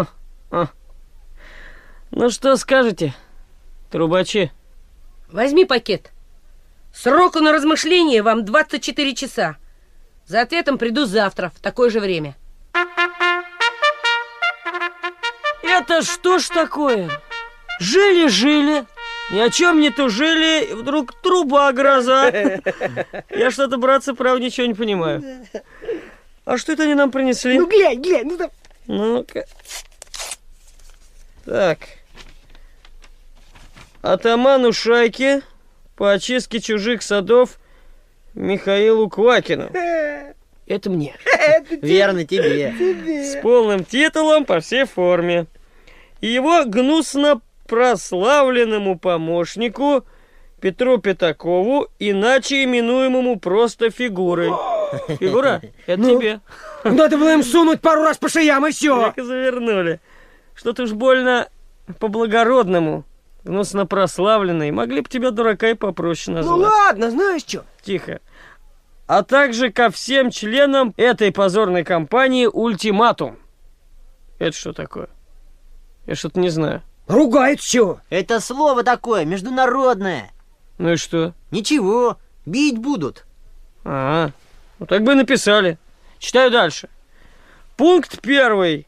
Ну что скажете, трубачи?
Возьми пакет. Сроку на размышление вам 24 часа. За ответом приду завтра в такое же время.
Это что ж такое? Жили-жили, ни о чем не тужили, и вдруг труба гроза. Я что-то, братцы, правда, ничего не понимаю. А что это они нам принесли?
Ну, глянь, ну да.
Ну-ка. Так. Атаману шайки по очистке чужих садов Михаилу Квакину. Это мне.
Верно, тебе.
С полным титулом по всей форме. И его гнусно прославленному помощнику Петру Пятакову, иначе именуемому просто Фигурой. Фигура, это тебе.
Надо было им сунуть пару раз по шеям, и все.
Так и завернули. Что-то уж больно по-благородному. Гнусно прославленный. Могли бы тебя, дурака, и попроще назвать.
Ну ладно, знаешь что?
Тихо. А также ко всем членам этой позорной компании ультиматум. Это что такое? Я что-то не знаю.
Ругает все.
Это слово такое, международное.
Ну и что?
Ничего, бить будут.
Ну так бы и написали. Читаю дальше. Пункт 1.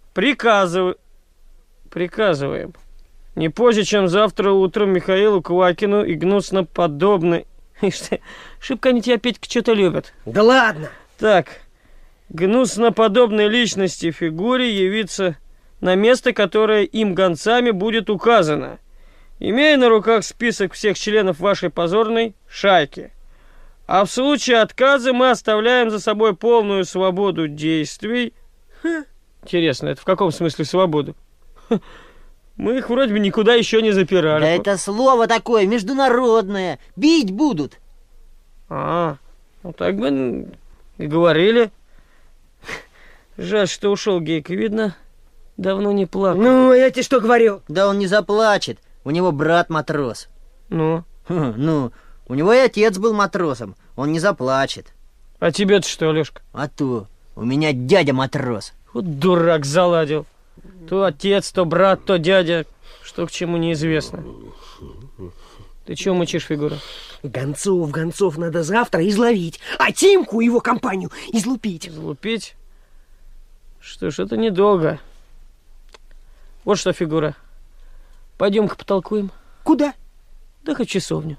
Приказываем. Не позже, чем завтра утром Михаилу Квакину и гнусно подобной... Шибко они тебя, Петька, что-то любят.
Да ладно.
Так. Гнусно подобной личности Фигуре явиться на место, которое им гонцами будет указано, имея на руках список всех членов вашей позорной шайки. А в случае отказа мы оставляем за собой полную свободу действий. Интересно, это в каком смысле свободу? Мы их вроде бы никуда еще не запирали.
Да это слово такое, международное. Бить будут.
Ну так бы и говорили. Жаль, что ушел Гейка, видно, давно не плакал.
Ну, я тебе что говорил?
Да он не заплачет, у него брат матрос.
Ну?
Ну, у него и отец был матросом, он не заплачет.
А тебе-то что, Алешка?
А то, у меня дядя матрос.
Вот дурак заладил. То отец, то брат, то дядя. Что к чему неизвестно. Ты чего мычишь, Фигура?
Гонцов надо завтра изловить, а Тимку и его компанию излупить.
Излупить? Что ж, это недолго. Вот что, Фигура. Пойдем-ка потолкуем.
Куда?
Да хоть в часовню.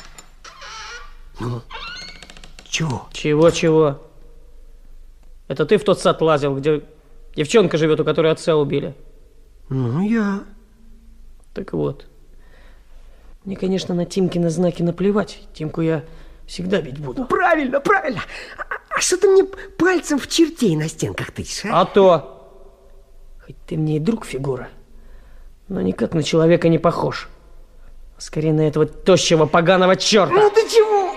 Ну, чего?
Чего? Это ты в тот сад лазил, где девчонка живет, у которой отца убили?
Ну, я.
Так вот. Мне, конечно, на Тимкины знаки наплевать. Тимку я всегда бить буду.
Правильно. А что ты мне пальцем в чертей на стенках тычешь, а?
А то. Хоть ты мне и друг, Фигура, но никак на человека не похож. Скорее на этого тощего поганого черта.
Ну ты чего?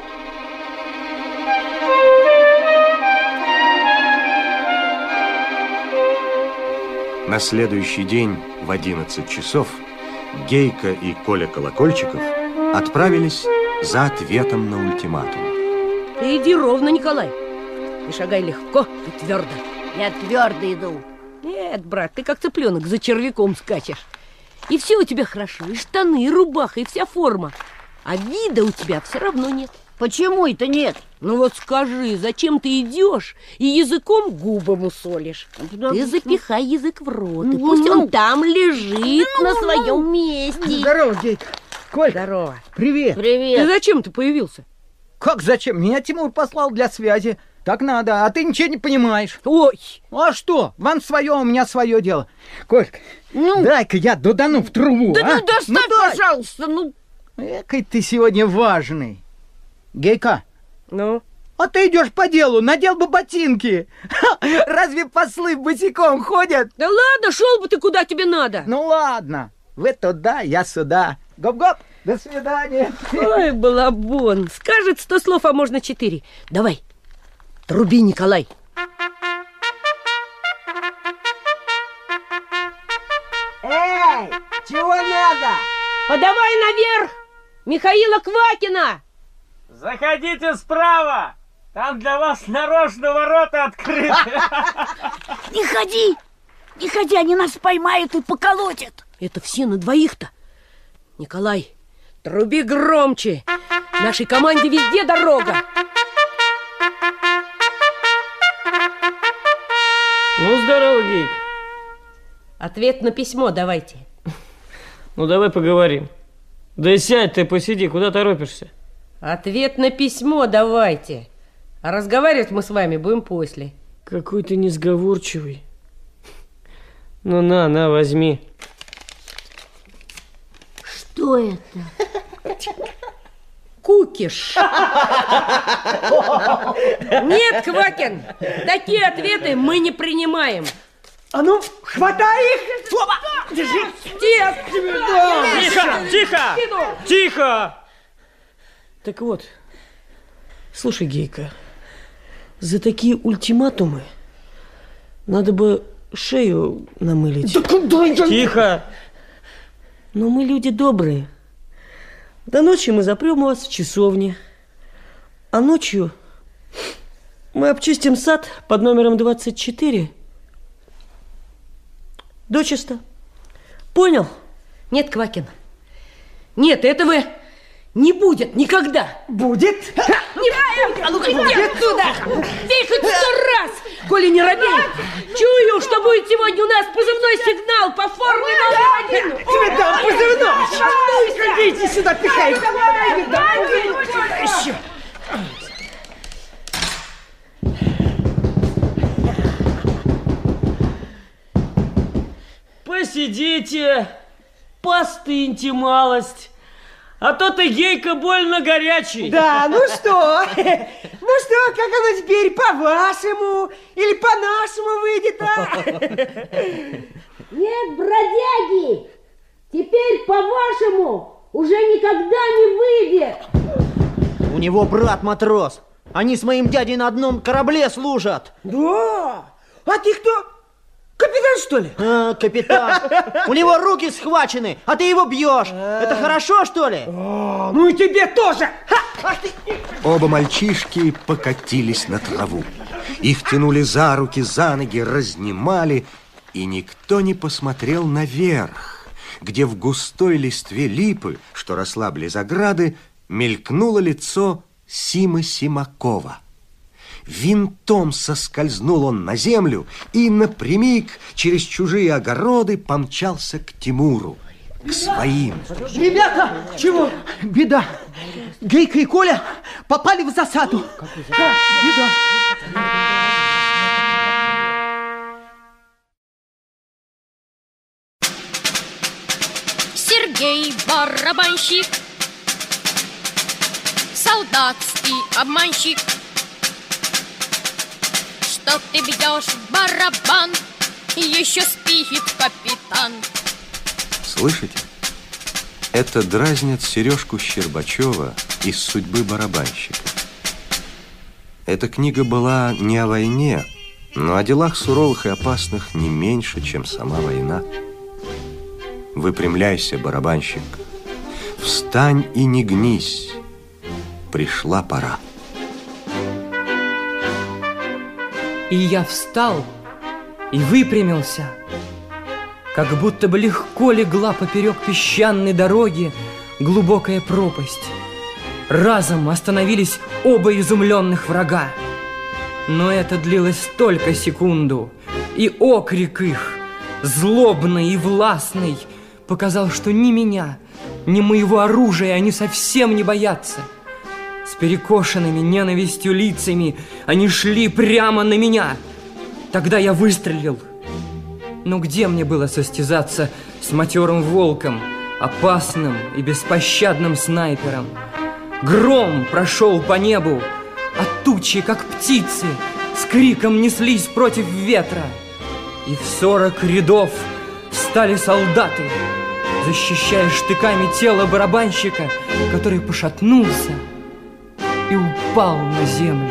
На следующий день в 11 часов Гейка и Коля Колокольчиков отправились за ответом на ультиматум.
Ты иди ровно, Николай. И шагай легко и твердо.
Я твердо иду.
Нет, брат, ты как цыпленок за червяком скачешь. И все у тебя хорошо, и штаны, и рубаха, и вся форма. А вида у тебя все равно нет.
Почему это нет?
Ну вот скажи, зачем ты идешь и языком губы мусолишь? Ты запихай язык в рот, и пусть он там лежит на своем месте.
Здорово, Гейка. Коль.
Здорово.
Привет.
Привет. Ты зачем ты появился?
Как зачем? Меня Тимур послал для связи. Так надо, а ты ничего не понимаешь.
Ой.
А что? Вам свое, у меня свое дело. Колька, дай-ка я дудану в трубу.
Да ну доставь, пожалуйста, ну.
Экой ты сегодня важный. Гейка.
Ну?
А ты идешь по делу, надел бы ботинки. Разве послы босиком ходят?
Да ладно, шел бы ты куда тебе надо.
Ну ладно, вы туда, я сюда. Гоп-гоп, до свидания.
Ой, балабон, скажет 100 слов, а можно 4. Давай, труби, Николай.
Эй, чего надо?
Подавай наверх Михаила Квакина.
Заходите справа. Там для вас нарочно ворота открыты.
Не ходи! Не ходи, они нас поймают и поколотят.
Это все на двоих-то. Николай, труби громче. Нашей команде везде дорога.
Ну, здорово, Гейк.
Ответ на письмо давайте.
Ну, давай поговорим. Да сядь ты, посиди, куда торопишься?
Ответ на письмо давайте. А разговаривать мы с вами будем после.
Какой ты несговорчивый. Ну, на, возьми.
Что это?
Кукиш. Нет, Квакин, такие ответы мы не принимаем.
А ну, хватай их!
Держи!
Тихо! Так вот, слушай, Гейка, за такие ультиматумы надо бы шею намылить.
Да куда я?
Тихо! Но мы люди добрые. До ночи мы запрем вас в часовне. А ночью мы обчистим сад под номером 24. Дочисто. Понял?
Нет, Квакин. Нет, этого не будет никогда.
Будет?
Не будет. А ну-ка, иди отсюда. Бей хоть 100 раз. Коли не робей. Чую, что будет сегодня у нас позывной сигнал по форме номер 1.
Тебе дам позывной. Идите сюда, пихай. Еще.
Посидите, постыньте малость, а то ты, Гейка, больно горячий.
Да, ну что? Ну что, как оно теперь по-вашему или по-нашему выйдет, а?
Нет, бродяги, теперь по-вашему уже никогда не выйдет.
У него брат матрос. Они с моим дядей на одном корабле служат.
Да? А ты кто? Капитан, что ли?
Капитан. У него руки схвачены, а ты его бьешь. Это хорошо, что ли?
Ну и тебе тоже.
Оба мальчишки покатились на траву. Их тянули за руки, за ноги, разнимали, и никто не посмотрел наверх, где в густой листве липы, что росла близ ограды, мелькнуло лицо Симы Симакова. Винтом соскользнул он на землю и напрямик через чужие огороды помчался к Тимуру, к своим.
Ребята, чего? Беда. Гейка и Коля попали в засаду. Беда.
Сергей барабанщик, солдатский обманщик. Что ты бьешь в барабан, еще спит капитан.
Слышите? Это дразнит Сережку Щербачева из «Судьбы барабанщика». Эта книга была не о войне, но о делах суровых и опасных не меньше, чем сама война. Выпрямляйся, барабанщик, встань и не гнись, пришла пора.
И я встал
и выпрямился. Как будто бы легко легла поперек песчаной дороги глубокая пропасть. Разом остановились оба изумленных врага. Но это длилось только секунду, и окрик их, злобный и властный, показал, что ни меня, ни моего оружия они совсем не боятся. С перекошенными ненавистью лицами они шли прямо на меня. Тогда я выстрелил. Но где мне было состязаться с матерым волком, опасным и беспощадным снайпером? Гром прошел по небу, а тучи, как птицы, с криком неслись против ветра. И в 40 рядов встали солдаты, защищая штыками тело барабанщика, который пошатнулся и упал на землю.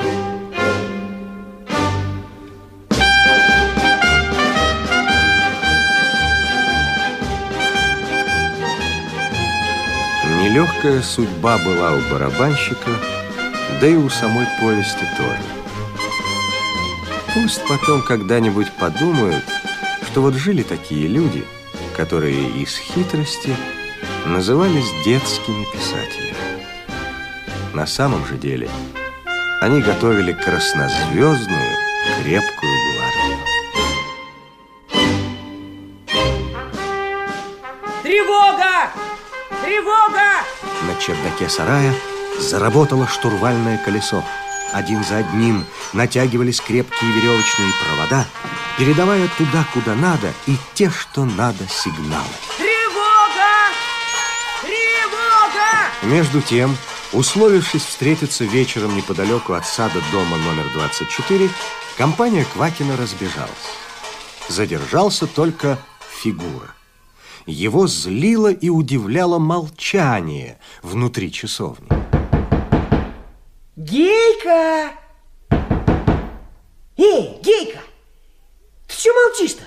Нелегкая судьба была у барабанщика, да и у самой повести тоже. Пусть потом когда-нибудь подумают, что вот жили такие люди, которые из хитрости назывались детскими писателями. На самом же деле они готовили краснозвездную, крепкую гвардию.
Тревога! Тревога!
На чердаке сарая заработало штурвальное колесо. Один за одним натягивались крепкие веревочные провода, передавая туда, куда надо, и те, что надо, сигналы.
Тревога! Тревога!
Между тем, условившись встретиться вечером неподалеку от сада дома номер 24, компания Квакина разбежалась. Задержался только Фигура. Его злило и удивляло молчание внутри часовни.
Гейка! Эй, Гейка! Ты что молчишь-то?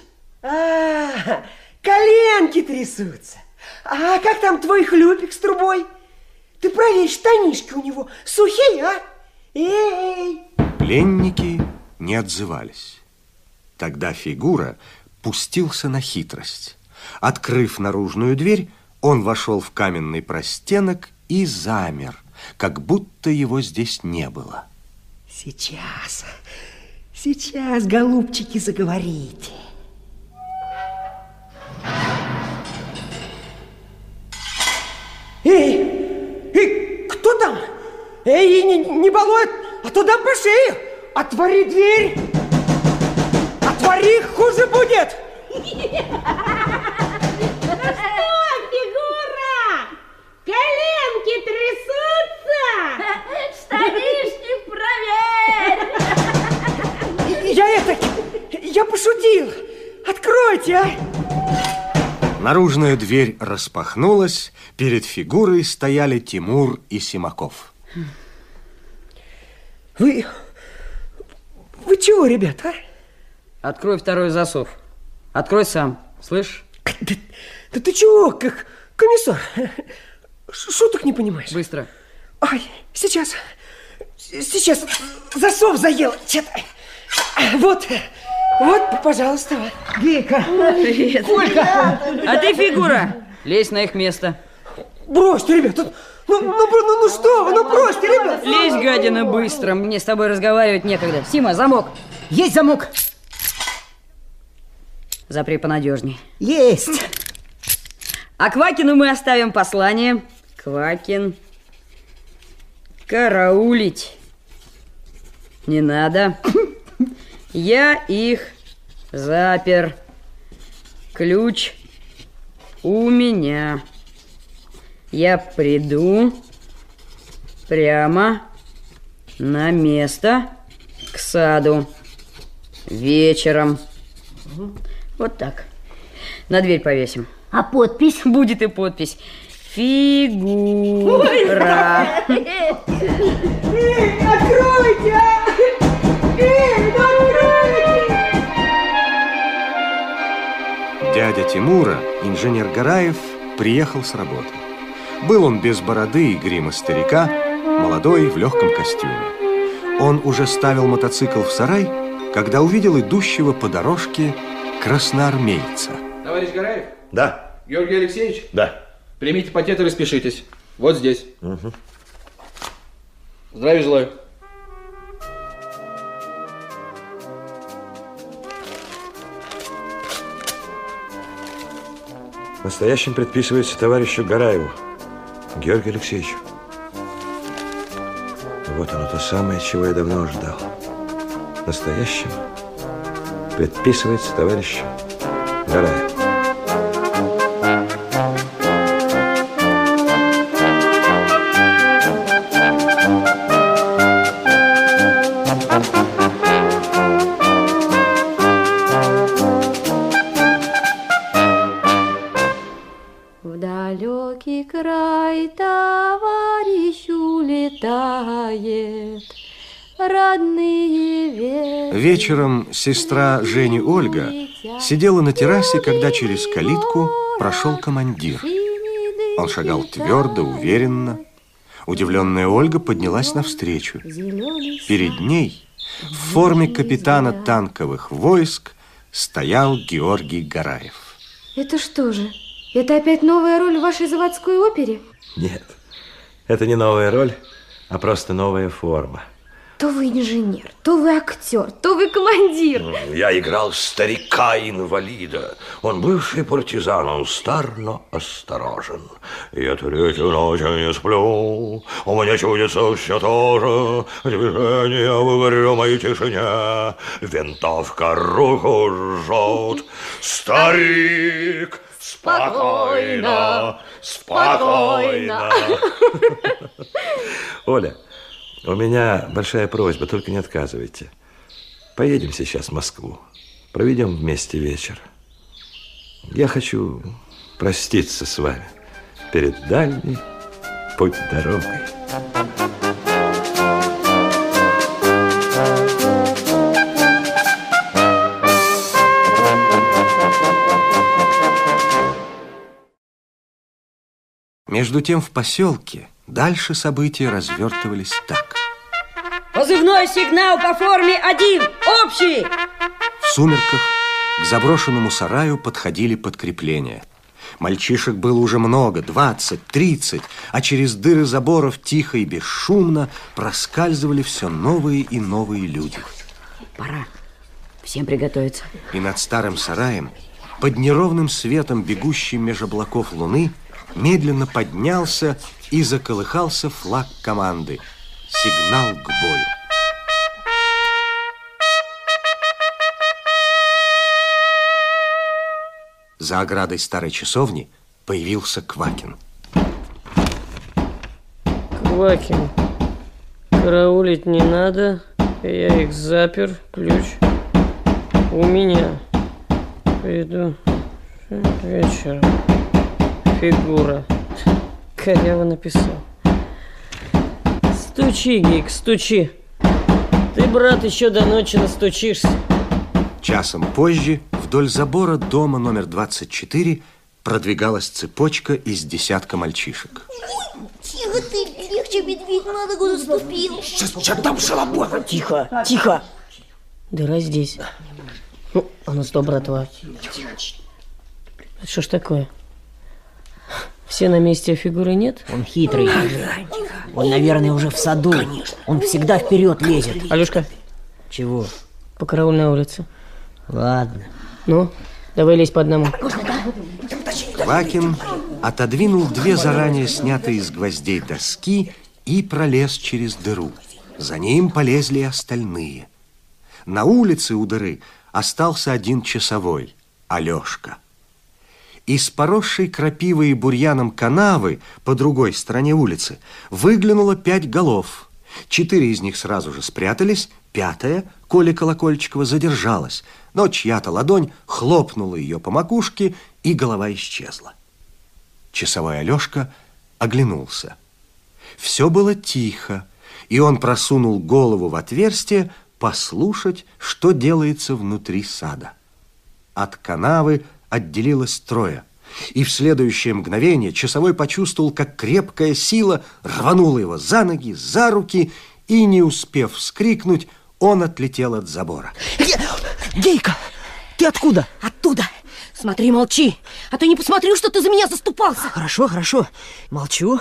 Коленки трясутся. А как там твой хлюпик с трубой? Ты проверь, штанишки у него сухие, а? Эй!
Пленники не отзывались. Тогда Фигура пустился на хитрость. Открыв наружную дверь, он вошел в каменный простенок и замер, как будто его здесь не было.
Сейчас, голубчики, заговорите. Эй, кто там? Эй, не балуй, а то дам по шее. Отвори дверь. Отвори, хуже будет.
Ну что, Фигура? Коленки трясутся? Штанишки проверь!
Я пошутил. Откройте, а!
Наружная дверь распахнулась, перед Фигурой стояли Тимур и Симаков.
Вы чего, ребята?
Открой второй засов. Открой сам, слышишь?
Да ты чего, как комиссар? Шуток не понимаешь?
Быстро.
Ай, сейчас, засов заел. Вот, пожалуйста.
Гейка.
Привет.
Колька.
А ты, Фигура, лезь на их место.
Бросьте, ребята. Ну что вы, бросьте, ребята.
Лезь, гадина, быстро. Мне с тобой разговаривать некогда. Сима, замок.
Есть замок.
Запри понадежней.
Есть.
А Квакину мы оставим послание. Квакин. Караулить не надо. Я их запер. Ключ у меня. Я приду прямо на место к саду вечером. Вот так. На дверь повесим.
А подпись?
Будет и подпись. Фигура.
Откройте!
Дядя Тимура, инженер Гараев, приехал с работы. Был он без бороды и грима старика, молодой, в легком костюме. Он уже ставил мотоцикл в сарай, когда увидел идущего по дорожке красноармейца.
Товарищ Гараев?
Да.
Георгий Алексеевич?
Да.
Примите пакет и распишитесь. Вот здесь.
Угу.
Здравия желаю.
Настоящим предписывается товарищу Гараеву, Георгию Алексеевичу. Вот оно, то самое, чего я давно ждал. Настоящим предписывается товарищу Гараеву.
В далекий край товарищ улетает, родные ветры.
Вечером сестра Жени Ольга сидела на террасе, когда через калитку прошел командир. Он шагал твердо, уверенно. Удивленная Ольга поднялась навстречу. Перед ней, в форме капитана танковых войск, стоял Георгий Гараев.
Это что же? Это опять новая роль в вашей заводской опере?
Нет, это не новая роль, а просто новая форма.
То вы инженер, то вы актер, то вы командир.
Я играл старика-инвалида. Он бывший партизан, он стар, но осторожен. Я третью ночь не сплю, у меня чудится все то же. Движение в угрюмой тишине, винтовка руку жжет. Старик, спокойно, спокойно. Оля, у меня большая просьба, только не отказывайте. Поедем сейчас в Москву, проведем вместе вечер. Я хочу проститься с вами перед дальней путь-дорогой.
Между тем в поселке дальше события развертывались так.
Позывной сигнал по форме 1, общий.
В сумерках к заброшенному сараю подходили подкрепления. Мальчишек было уже много, 20, 30, а через дыры заборов тихо и бесшумно проскальзывали все новые и новые люди.
Пора. Всем приготовиться.
И над старым сараем, под неровным светом бегущей меж облаков луны, медленно поднялся и заколыхался флаг команды. Сигнал к бою. За оградой старой часовни появился Квакин.
Квакин, караулить не надо. Я их запер. Ключ у меня. Приду вечером. Фигура. Коряво написал. Стучи, Гик, стучи. Ты, брат, еще до ночи настучишься.
Часом позже вдоль забора дома номер 24 продвигалась цепочка из десятка мальчишек.
Тихо ты, легче медведь на ногу наступил.
Сейчас там шалобор.
Тихо, тихо. Дыра здесь. Ну, а ну стоп, братва. Что ж такое? Все на месте, а фигуры нет?
Он хитрый. Он, наверное, уже в саду. Конечно. Он всегда вперед лезет.
Алешка.
Чего?
По караульной улице.
Ладно.
Ну, давай лезь по одному.
Квакин отодвинул две заранее снятые из гвоздей доски и пролез через дыру. За ним полезли и остальные. На улице у дыры остался один часовой, Алешка. Из поросшей крапивой и бурьяном канавы по другой стороне улицы выглянуло 5 голов. 4 из них сразу же спрятались, 5-я, Коля Колокольчикова, задержалась, но чья-то ладонь хлопнула ее по макушке, и голова исчезла. Часовой Алешка оглянулся. Все было тихо, и он просунул голову в отверстие послушать, что делается внутри сада. От канавы отделилось 3, и в следующее мгновение часовой почувствовал, как крепкая сила рванула его за ноги, за руки, и, не успев вскрикнуть, он отлетел от забора.
Гейка, ты откуда? Оттуда. Смотри, молчи, а то не посмотрю, что ты за меня заступался. Хорошо, хорошо, молчу.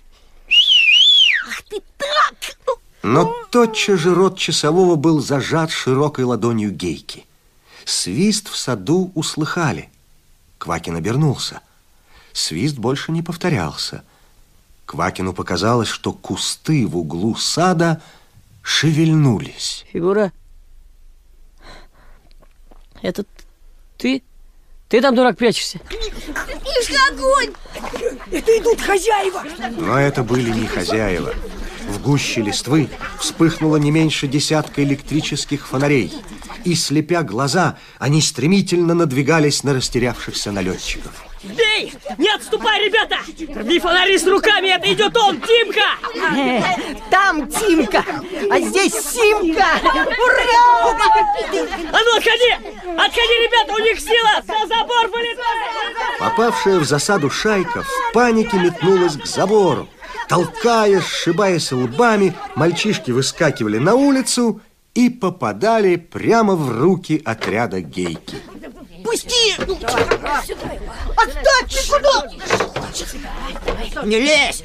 Ах ты так!
Но тотчас же рот часового был зажат широкой ладонью Гейки. Свист в саду услыхали. Квакин обернулся. Свист больше не повторялся. Квакину показалось, что кусты в углу сада шевельнулись.
Фигура, это ты? Ты там, дурак, прячешься?
Ишь, огонь! Это идут хозяева!
Но это были не хозяева. В гуще листвы вспыхнуло не меньше десятка электрических фонарей, и, слепя глаза, они стремительно надвигались на растерявшихся налетчиков.
Бей! Не отступай, ребята! Рви фонари с руками, это идет он, Тимка!
Там Тимка, а здесь Симка! Ура!
А ну, отходи! Отходи, ребята, у них сила! За забор вылетает!
Попавшая в засаду шайка в панике метнулась к забору. Толкаясь, сшибаясь лбами, мальчишки выскакивали на улицу и попадали прямо в руки отряда Гейки.
Пусти! Отстань! Ты куда?
Не лезь!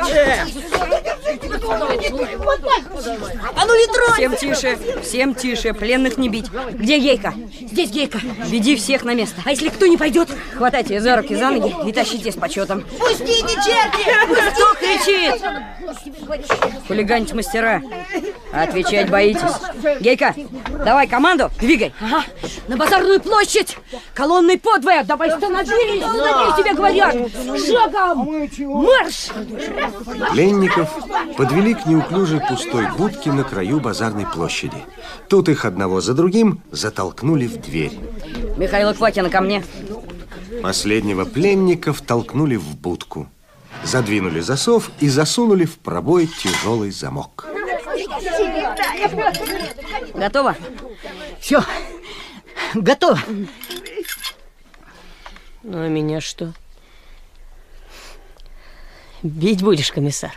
А ну не тронь!
Всем тише, пленных не бить. Где Гейка?
Здесь Гейка.
Веди всех на место.
А если кто не пойдет?
Хватайте за руки, за ноги и тащите с почетом.
Пустите, черти!
Кто кричит? Хулиганить мастера. А отвечать боитесь. Гейка, давай команду, двигай.
Ага, на базарную площадь! Колонной подвое! Давай становились! Становись, тебе говорят! Шагом! Марш!
Пленников подвели к неуклюжей пустой будке на краю базарной площади. Тут их одного за другим затолкнули в дверь.
Михаила Квакина ко мне.
Последнего пленника втолкнули в будку. Задвинули засов и засунули в пробой тяжелый замок.
Готово?
Все, готово.
Ну, а меня что? Бить будешь, комиссар?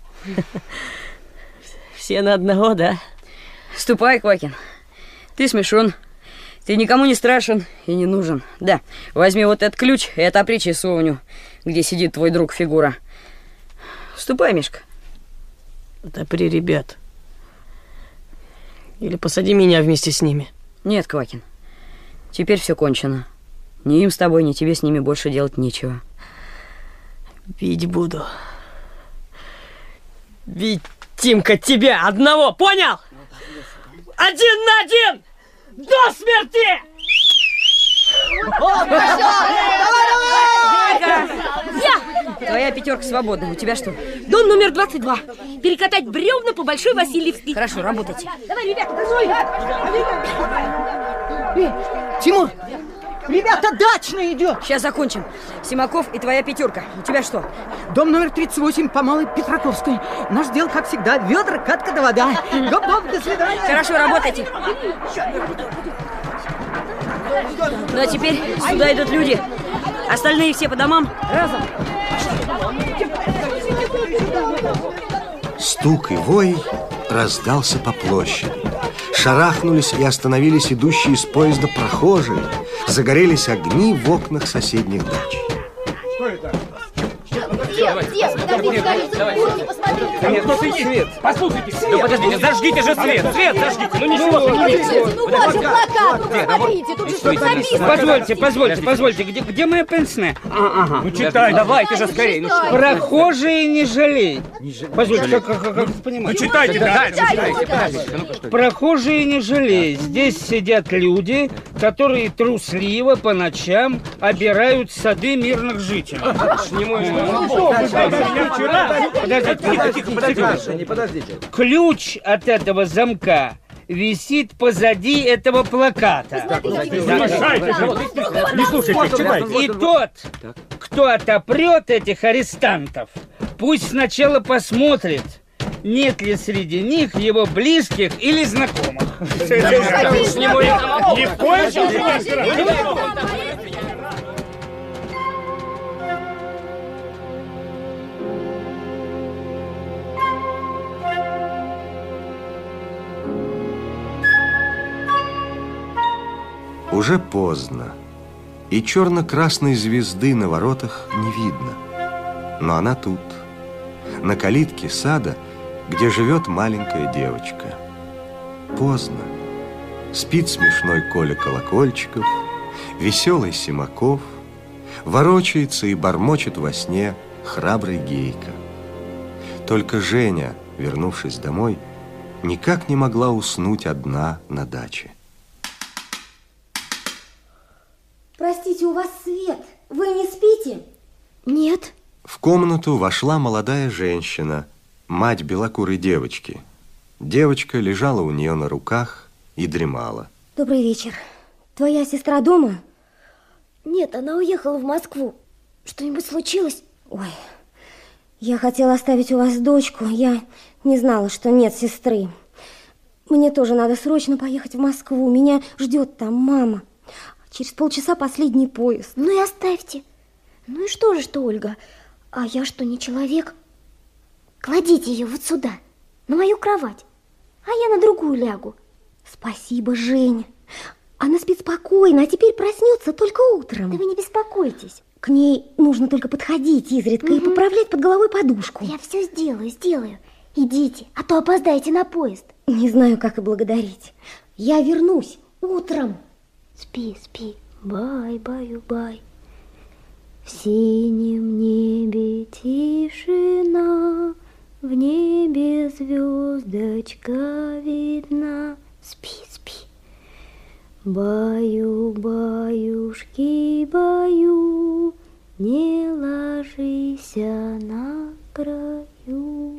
Все на одного, да?
Ступай, Квакин. Ты смешон. Ты никому не страшен и не нужен. Да, возьми вот этот ключ и отопри часовню, где сидит твой друг Фигура. Ступай, Мишка.
Отопри ребят. Или посади меня вместе с ними.
Нет, Квакин. Теперь все кончено. Ни им с тобой, ни тебе с ними больше делать нечего.
Бить буду. Бить, Тимка, тебя одного, понял? 1 на 1! До смерти!
Твоя пятерка свободна. У тебя что?
Дом номер 22. Перекатать бревна по Большой Васильевской.
Хорошо, работайте.
Давай, ребята, домой!
Тимур, ребята, дачно идет.
Сейчас закончим. Симаков и твоя пятерка. У тебя что?
Дом номер 38 по Малой Петраковской. Наш дел, как всегда, ведра, катка да вода. Гоп-гоп, до свидания.
Хорошо, работайте. Ну а теперь сюда идут люди. Остальные все по домам. Разом.
Стук и вой раздался по площади. Шарахнулись и остановились идущие с поезда прохожие. Загорелись огни в окнах соседних дач.
Что это? Свет, послушайте, да подождите, зажгите же свет, зажгите, ну ничего.
Ну вот же плакат, смотрите, тут же что-то написано.
Позвольте, где моя пенсне? Ага.
Ну читай, давайте же скорее, ну что?
Прохожие не жалей. Позвольте, как понимаете?
Ну читайте дальше.
Прохожие не жалей. Здесь сидят люди, которые трусливо по ночам обирают сады мирных жителей.
Подождите.
Ключ от этого замка висит позади этого плаката.
Не слушайте, читайте.
И тот, кто отопрет этих арестантов, пусть сначала посмотрит, нет ли среди них его близких или знакомых.
Ни в коем случае.
Уже поздно, и черно-красной звезды на воротах не видно. Но она тут, на калитке сада, где живет маленькая девочка. Поздно. Спит смешной Коля Колокольчиков, веселый Симаков, ворочается и бормочет во сне храбрый Гейка. Только Женя, вернувшись домой, никак не могла уснуть одна на даче.
Простите, у вас свет. Вы не спите?
Нет.
В комнату вошла молодая женщина, мать белокурой девочки. Девочка лежала у нее на руках и дремала.
Добрый вечер. Твоя сестра дома? Нет, она уехала в Москву. Что-нибудь случилось? Ой, я хотела оставить у вас дочку. Я не знала, что нет сестры. Мне тоже надо срочно поехать в Москву. Меня ждет там мама. Через полчаса последний поезд. Ну и оставьте. Ну и что же, что, Ольга? А я что, не человек? Кладите ее вот сюда, на мою кровать, а я на другую лягу. Спасибо, Женя. Она спит спокойно, а теперь проснется только утром. Да вы не беспокойтесь. К ней нужно только подходить изредка и поправлять под головой подушку. Я все сделаю. Идите, а то опоздаете на поезд. Не знаю, как и благодарить. Я вернусь утром. Спи, бай-баю-бай. В синем небе тишина, в небе звездочка видна. Спи. Баю-баюшки, баю, не ложися на краю.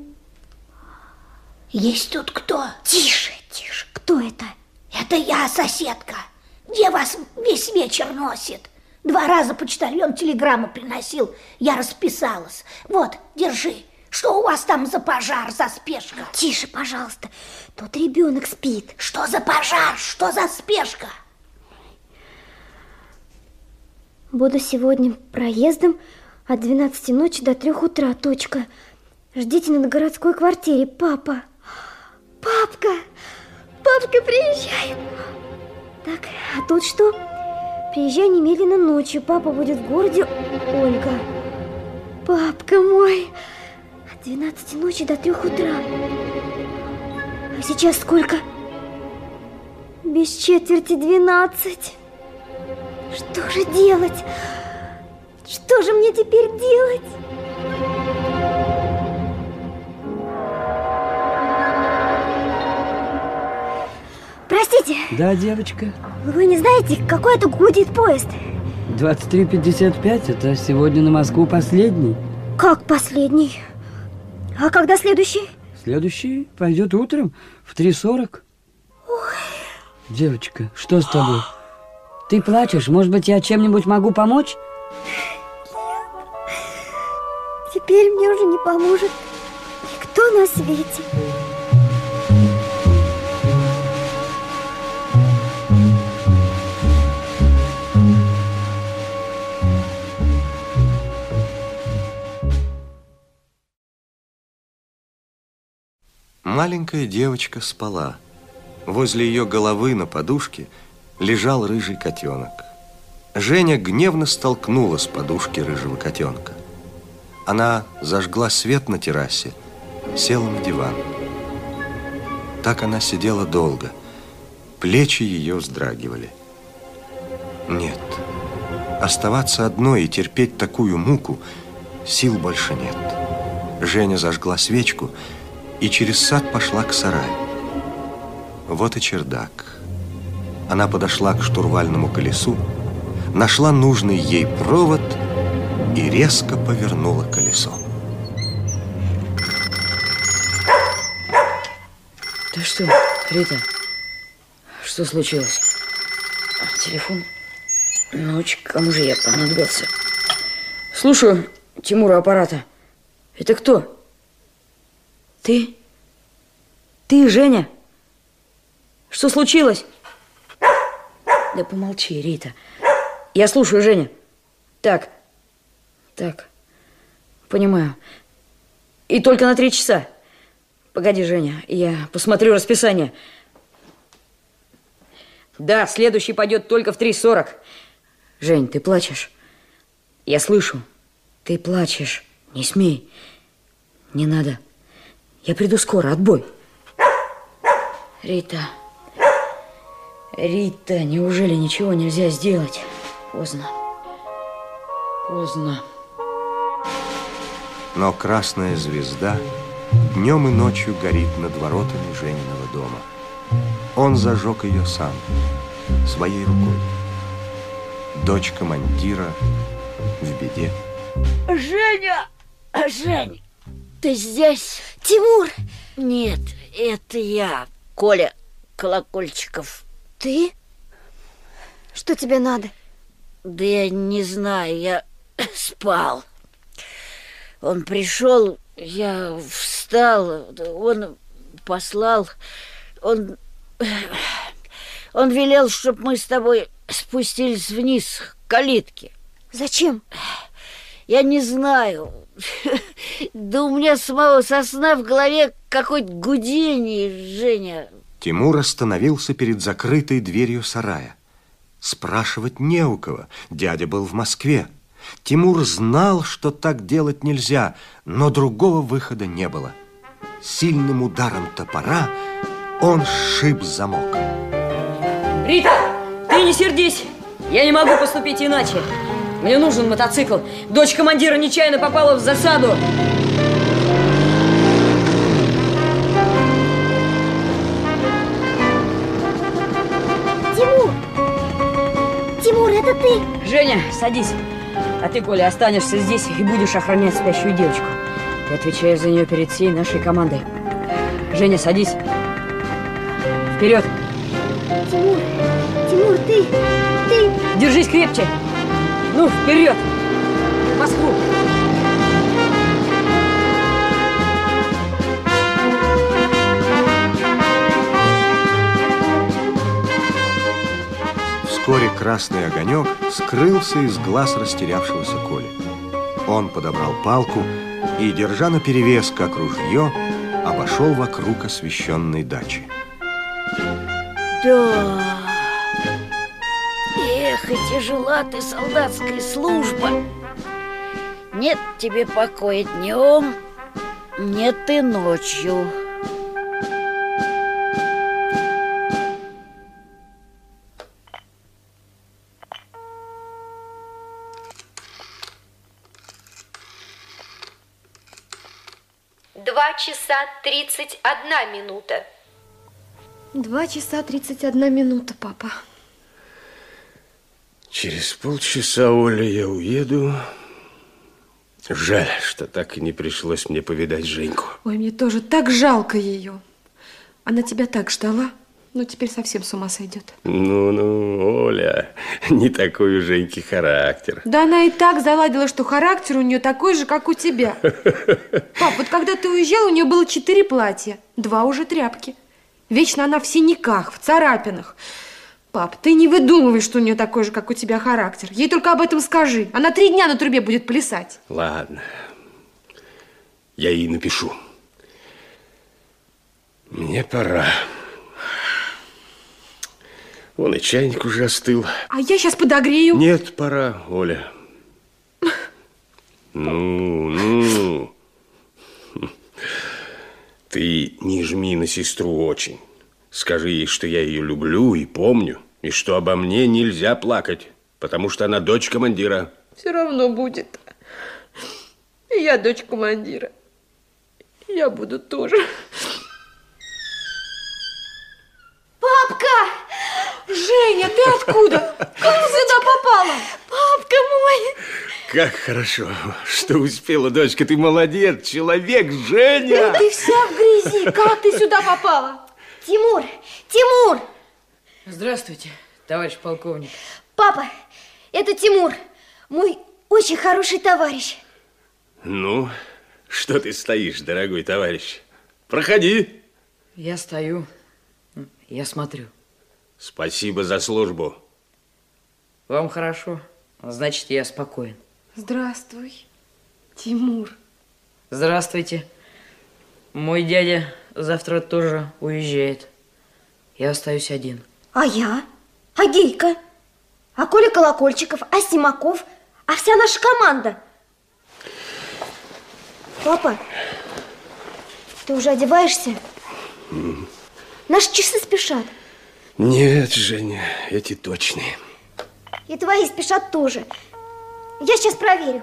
Есть тут кто?
Тише. Кто это?
Это я, соседка. Где вас весь вечер носит? 2 раза почтальон телеграмму приносил, я расписалась. Вот, держи. Что у вас там за пожар, за спешка?
Тише, пожалуйста. Тут ребенок спит.
Что за пожар? Что за спешка?
Буду сегодня проездом от 12 ночи до 3 утра. Точка. Ждите на городской квартире. Папа. Папка приезжает. Так, а тут что? Приезжай немедленно ночью. Папа будет в городе. Ольга. Папка мой. От 12 ночи до 3 утра. А сейчас сколько? Без четверти 12. Что же делать? Что же мне теперь делать? Простите.
Да, девочка.
Вы не знаете, какой это гудит поезд?
23:55, это сегодня на Москву последний.
Как последний? А когда следующий?
Следующий пойдет утром в 3:40. Девочка, что с тобой? Ты плачешь? Может быть, я чем-нибудь могу помочь?
Теперь мне уже не поможет никто на свете.
Маленькая девочка спала. Возле ее головы на подушке лежал рыжий котенок. Женя гневно столкнула с подушки рыжего котенка. Она зажгла свет на террасе, села на диван. Так она сидела долго. Плечи ее вздрагивали. Нет, оставаться одной и терпеть такую муку сил больше нет. Женя зажгла свечку и через сад пошла к сараю. Вот и чердак. Она подошла к штурвальному колесу, нашла нужный ей провод и резко повернула колесо.
Ты что, Рита? Что случилось? Телефон? Ночь, кому же я понадобился? Слушаю Тимура аппарата. Это кто? Ты? Ты, Женя? Что случилось? Да помолчи, Рита. Я слушаю, Женя. Так. Понимаю. И только на 3 часа. Погоди, Женя, я посмотрю расписание. Да, следующий пойдет только в 3:40. Жень, ты плачешь? Я слышу. Ты плачешь. Не смей. Не надо. Я приду скоро. Отбой. Рита. Рита, неужели ничего нельзя сделать? Поздно. Поздно.
Но красная звезда днем и ночью горит над воротами Жениного дома. Он зажег ее сам, своей рукой. Дочь командира в беде.
Женя! Жень, ты здесь?
Тимур!
Нет, это я, Коля Колокольчиков.
Ты? Что тебе надо?
Да я не знаю, я спал. Он пришел, я встал, он послал, он велел, чтобы мы с тобой спустились вниз к калитке.
Зачем?
Я не знаю. Да у меня самого со сна в голове какое-то гудение, Женя.
Тимур остановился перед закрытой дверью сарая. Спрашивать не у кого. Дядя был в Москве. Тимур знал, что так делать нельзя, но другого выхода не было. Сильным ударом топора он сшиб замок.
Рита, ты не сердись. Я не могу поступить иначе. Мне нужен мотоцикл. Дочь командира нечаянно попала в засаду.
Тимур! Тимур, это ты?
Женя, садись. А ты, Коля, останешься здесь и будешь охранять спящую девочку. Ты отвечаешь за нее перед всей нашей командой. Женя, садись. Вперед!
Тимур! Тимур, ты!
Держись крепче! Ну, вперед! В Москву!
Вскоре красный огонек скрылся из глаз растерявшегося Коли. Он подобрал палку и, держа наперевес, как ружье, обошел вокруг освещенной дачи.
Да. Эх, и тяжела ты, солдатская служба. Нет тебе покоя днем, нет и ночью.
Два часа 31 минута.
2 часа 31 минута, папа.
Через полчаса, Оля, я уеду. Жаль, что так и не пришлось мне повидать Женьку.
Ой, мне тоже так жалко ее. Она тебя так ждала, но теперь совсем с ума сойдет.
Ну, Оля, не такой у Женьки характер.
Да она и так заладила, что характер у нее такой же, как у тебя. Пап, вот когда ты уезжал, у нее было 4 платья, 2 уже тряпки. Вечно она в синяках, в царапинах. Пап, ты не выдумывай, что у нее такой же, как у тебя характер. Ей только об этом скажи. Она 3 дня на трубе будет плясать.
Ладно, я ей напишу. Мне пора. Вон и чайник уже остыл.
А я сейчас подогрею.
Нет, пора, Оля. Ну. Ты не жми на сестру очень. Скажи ей, что я ее люблю и помню, и что обо мне нельзя плакать, потому что она дочь командира.
Все равно будет. И я дочь командира. Я буду тоже.
Папка!
Женя, ты откуда? Как ты сюда попала?
Папка мой!
Как хорошо, что успела, дочка. Ты молодец, человек, Женя!
Ты вся в грязи. Как ты сюда попала?
Тимур! Тимур!
Здравствуйте, товарищ полковник.
Папа, это Тимур. Мой очень хороший товарищ.
Ну, что ты стоишь, дорогой товарищ? Проходи.
Я стою, я смотрю.
Спасибо за службу.
Вам хорошо, значит, я спокоен.
Здравствуй, Тимур.
Здравствуйте. Мой дядя завтра тоже уезжает. Я остаюсь один.
А я? А Гейка? А Коля Колокольчиков? А Симаков? А вся наша команда? Папа, ты уже одеваешься? Наши часы спешат.
Нет, Женя, эти точные.
И твои спешат тоже. Я сейчас проверю.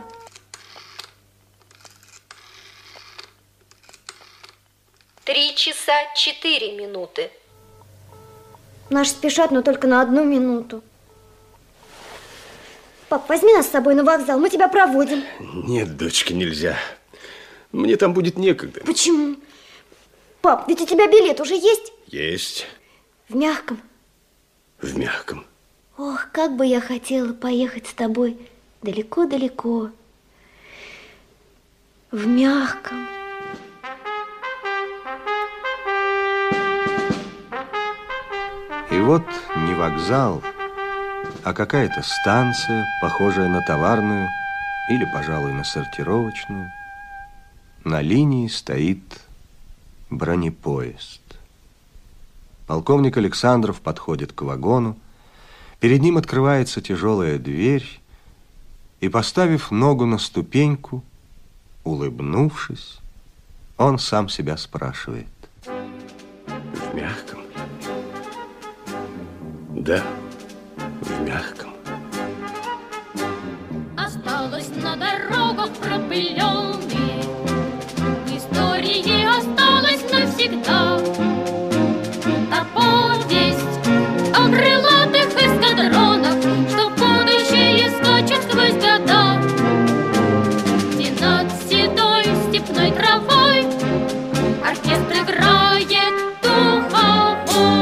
Три часа 4 минуты.
Наши спешат, но только на 1 минуту. Пап, возьми нас с собой на вокзал, мы тебя проводим.
Нет, дочки, нельзя. Мне там будет некогда.
Почему? Пап, ведь у тебя билет уже есть?
Есть.
В мягком?
В мягком.
Ох, как бы я хотела поехать с тобой далеко-далеко. В мягком.
И вот не вокзал, а какая-то станция, похожая на товарную или, пожалуй, на сортировочную. На линии стоит бронепоезд. Полковник Александров подходит к вагону. Перед ним открывается тяжелая дверь, и, поставив ногу на ступеньку, улыбнувшись, он сам себя спрашивает.
В мягком? Да, в мягком.
Осталось на дорогах пропыленные, истории осталось навсегда. Та повесть о крылатых эскадронах, что в будущее скачут сквозь года. И над седой степной травой оркестр играет духовой.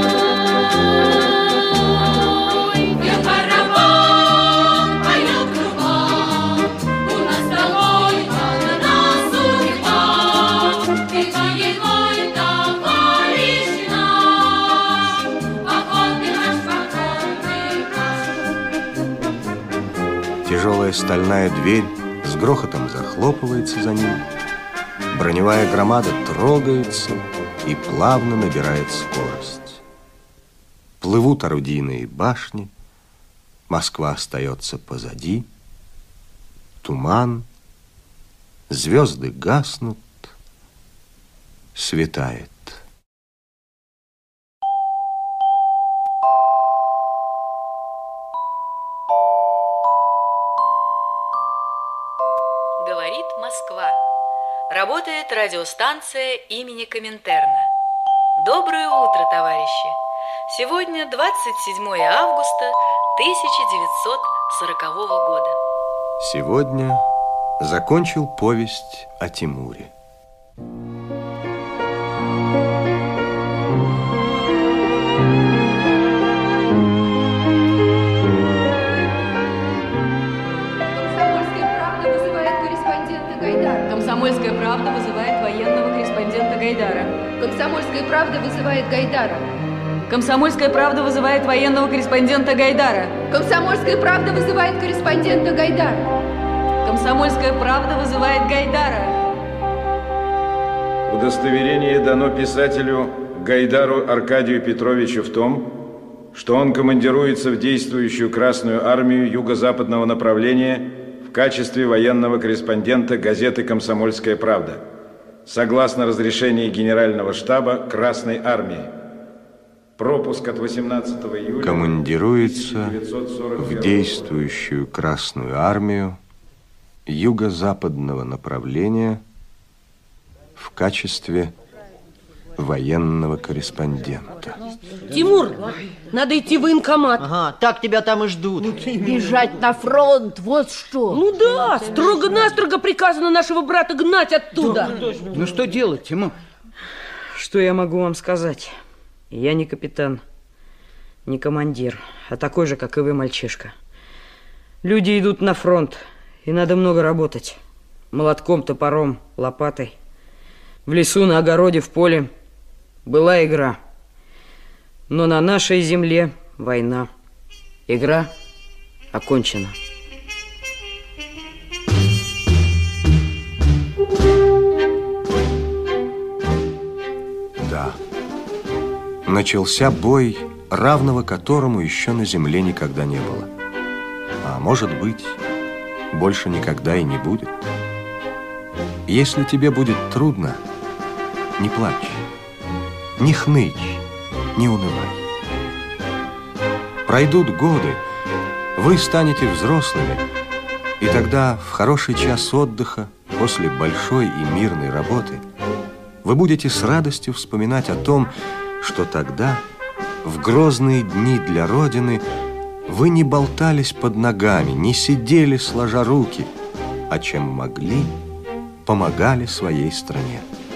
Тяжелая стальная дверь с грохотом захлопывается за ним. Броневая громада трогается и плавно набирает скорость. Плывут орудийные башни, Москва остается позади, туман, звезды гаснут, светает.
Говорит Москва. Работает радиостанция имени Коминтерна. Доброе утро, товарищи! Сегодня 27 августа 1940 года.
Сегодня закончил повесть о Тимуре.
«Комсомольская правда» вызывает военного корреспондента Гайдара. «Комсомольская правда» вызывает Гайдара. «Комсомольская правда» вызывает военного корреспондента Гайдара. «Комсомольская правда» вызывает корреспондента Гайдара. «Комсомольская правда» вызывает Гайдара.
Удостоверение дано писателю Гайдару Аркадию Петровичу в том, что он командируется в действующую Красную армию юго-западного направления в качестве военного корреспондента газеты «Комсомольская правда», согласно разрешению Генерального штаба Красной армии. Пропуск от 18 июля...
Командируется в действующую Красную армию юго-западного направления в качестве военного корреспондента.
Тимур, надо идти в военкомат.
Ага, так тебя там и ждут.
Бежать на фронт, вот что.
Ну да, строго-настрого приказано нашего брата гнать оттуда.
Ну что делать, Тимур?
Что я могу вам сказать? Я не капитан, не командир, а такой же, как и вы, мальчишка. Люди идут на фронт, и надо много работать. Молотком, топором, лопатой. В лесу, на огороде, в поле была игра. Но на нашей земле война. Игра окончена.
Да. Начался бой равного которому еще на земле никогда не было. А может быть, больше никогда и не будет. Если тебе будет трудно, не плачь, не хнычь, не унывай. Пройдут годы, вы станете взрослыми, и тогда в хороший час отдыха после большой и мирной работы вы будете с радостью вспоминать о том, что тогда, в грозные дни для Родины, вы не болтались под ногами, не сидели сложа руки, а чем могли, помогали своей стране.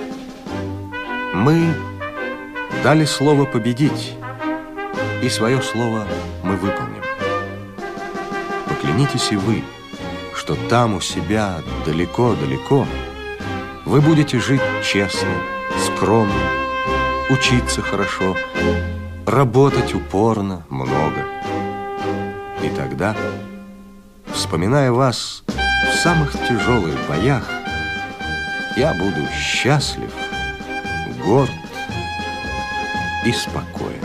Мы дали слово победить, и свое слово мы выполним. Поклянитесь и вы, что там у себя далеко-далеко вы будете жить честно, скромно, учиться хорошо, работать упорно, много. И тогда, вспоминая вас в самых тяжелых боях, я буду счастлив, горд и спокоен.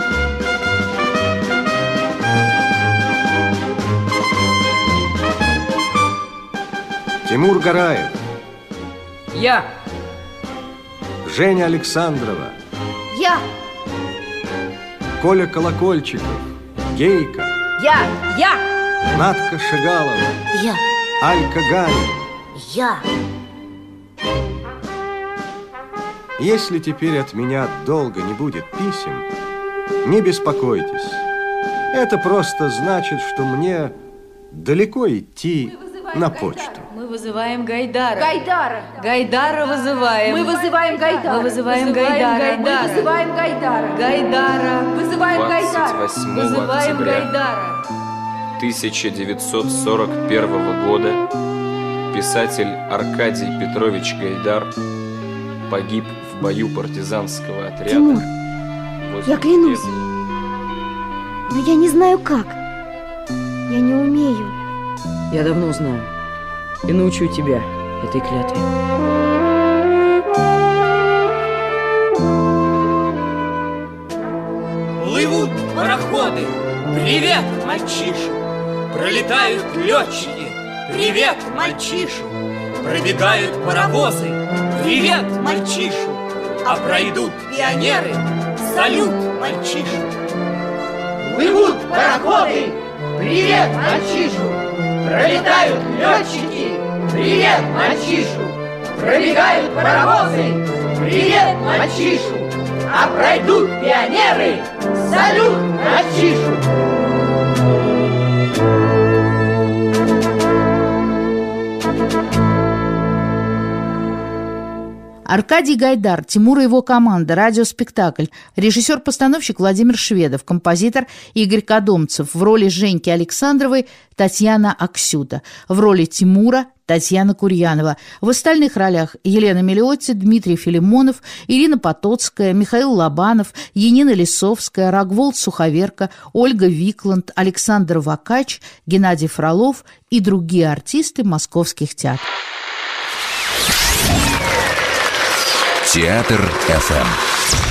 Тимур Гараев.
Я.
Женя Александрова.
Я.
Коля Колокольчиков. Гейка.
Я.
Надка Шигалова.
Я.
Алька Ганин.
Я.
Если теперь от меня долго не будет писем, не беспокойтесь. Это просто значит, что мне далеко идти на почту.
Мы вызываем Гайдара.
Гайдара.
Гайдара вызываем.
Мы вызываем Гайдара.
Мы вызываем Гайдара.
Мы вызываем Гайдара.
Гайдара.
Вызываем Гайдара.
28
Вызываем
октября
Гайдара.
1941 года писатель Аркадий Петрович Гайдар погиб в бою партизанского отряда.
Тимур, я клянусь, но я не знаю как. Я не умею.
Я давно знаю и научу тебя этой клятве.
Плывут пароходы, привет, мальчишу. Пролетают летчики, привет, мальчишу. Пробегают паровозы, привет, мальчишу. А пройдут пионеры, салют, мальчишу. Плывут пароходы, привет, мальчишу. Пролетают летчики, привет, мальчишу. Пробегают паровозы, привет, мальчишу. А пройдут пионеры, салют, мальчишу.
Аркадий Гайдар, Тимур и его команда, радиоспектакль. Режиссер-постановщик Владимир Шведов, композитор Игорь Кодомцев. В роли Женьки Александровой Татьяна Аксюта. В роли Тимура Татьяна Курьянова. В остальных ролях Елена Мелиотти, Дмитрий Филимонов, Ирина Потоцкая, Михаил Лобанов, Янина Лисовская, Рогволд Суховерка, Ольга Викланд, Александр Вакач, Геннадий Фролов и другие артисты московских театров.
Театр ФМ.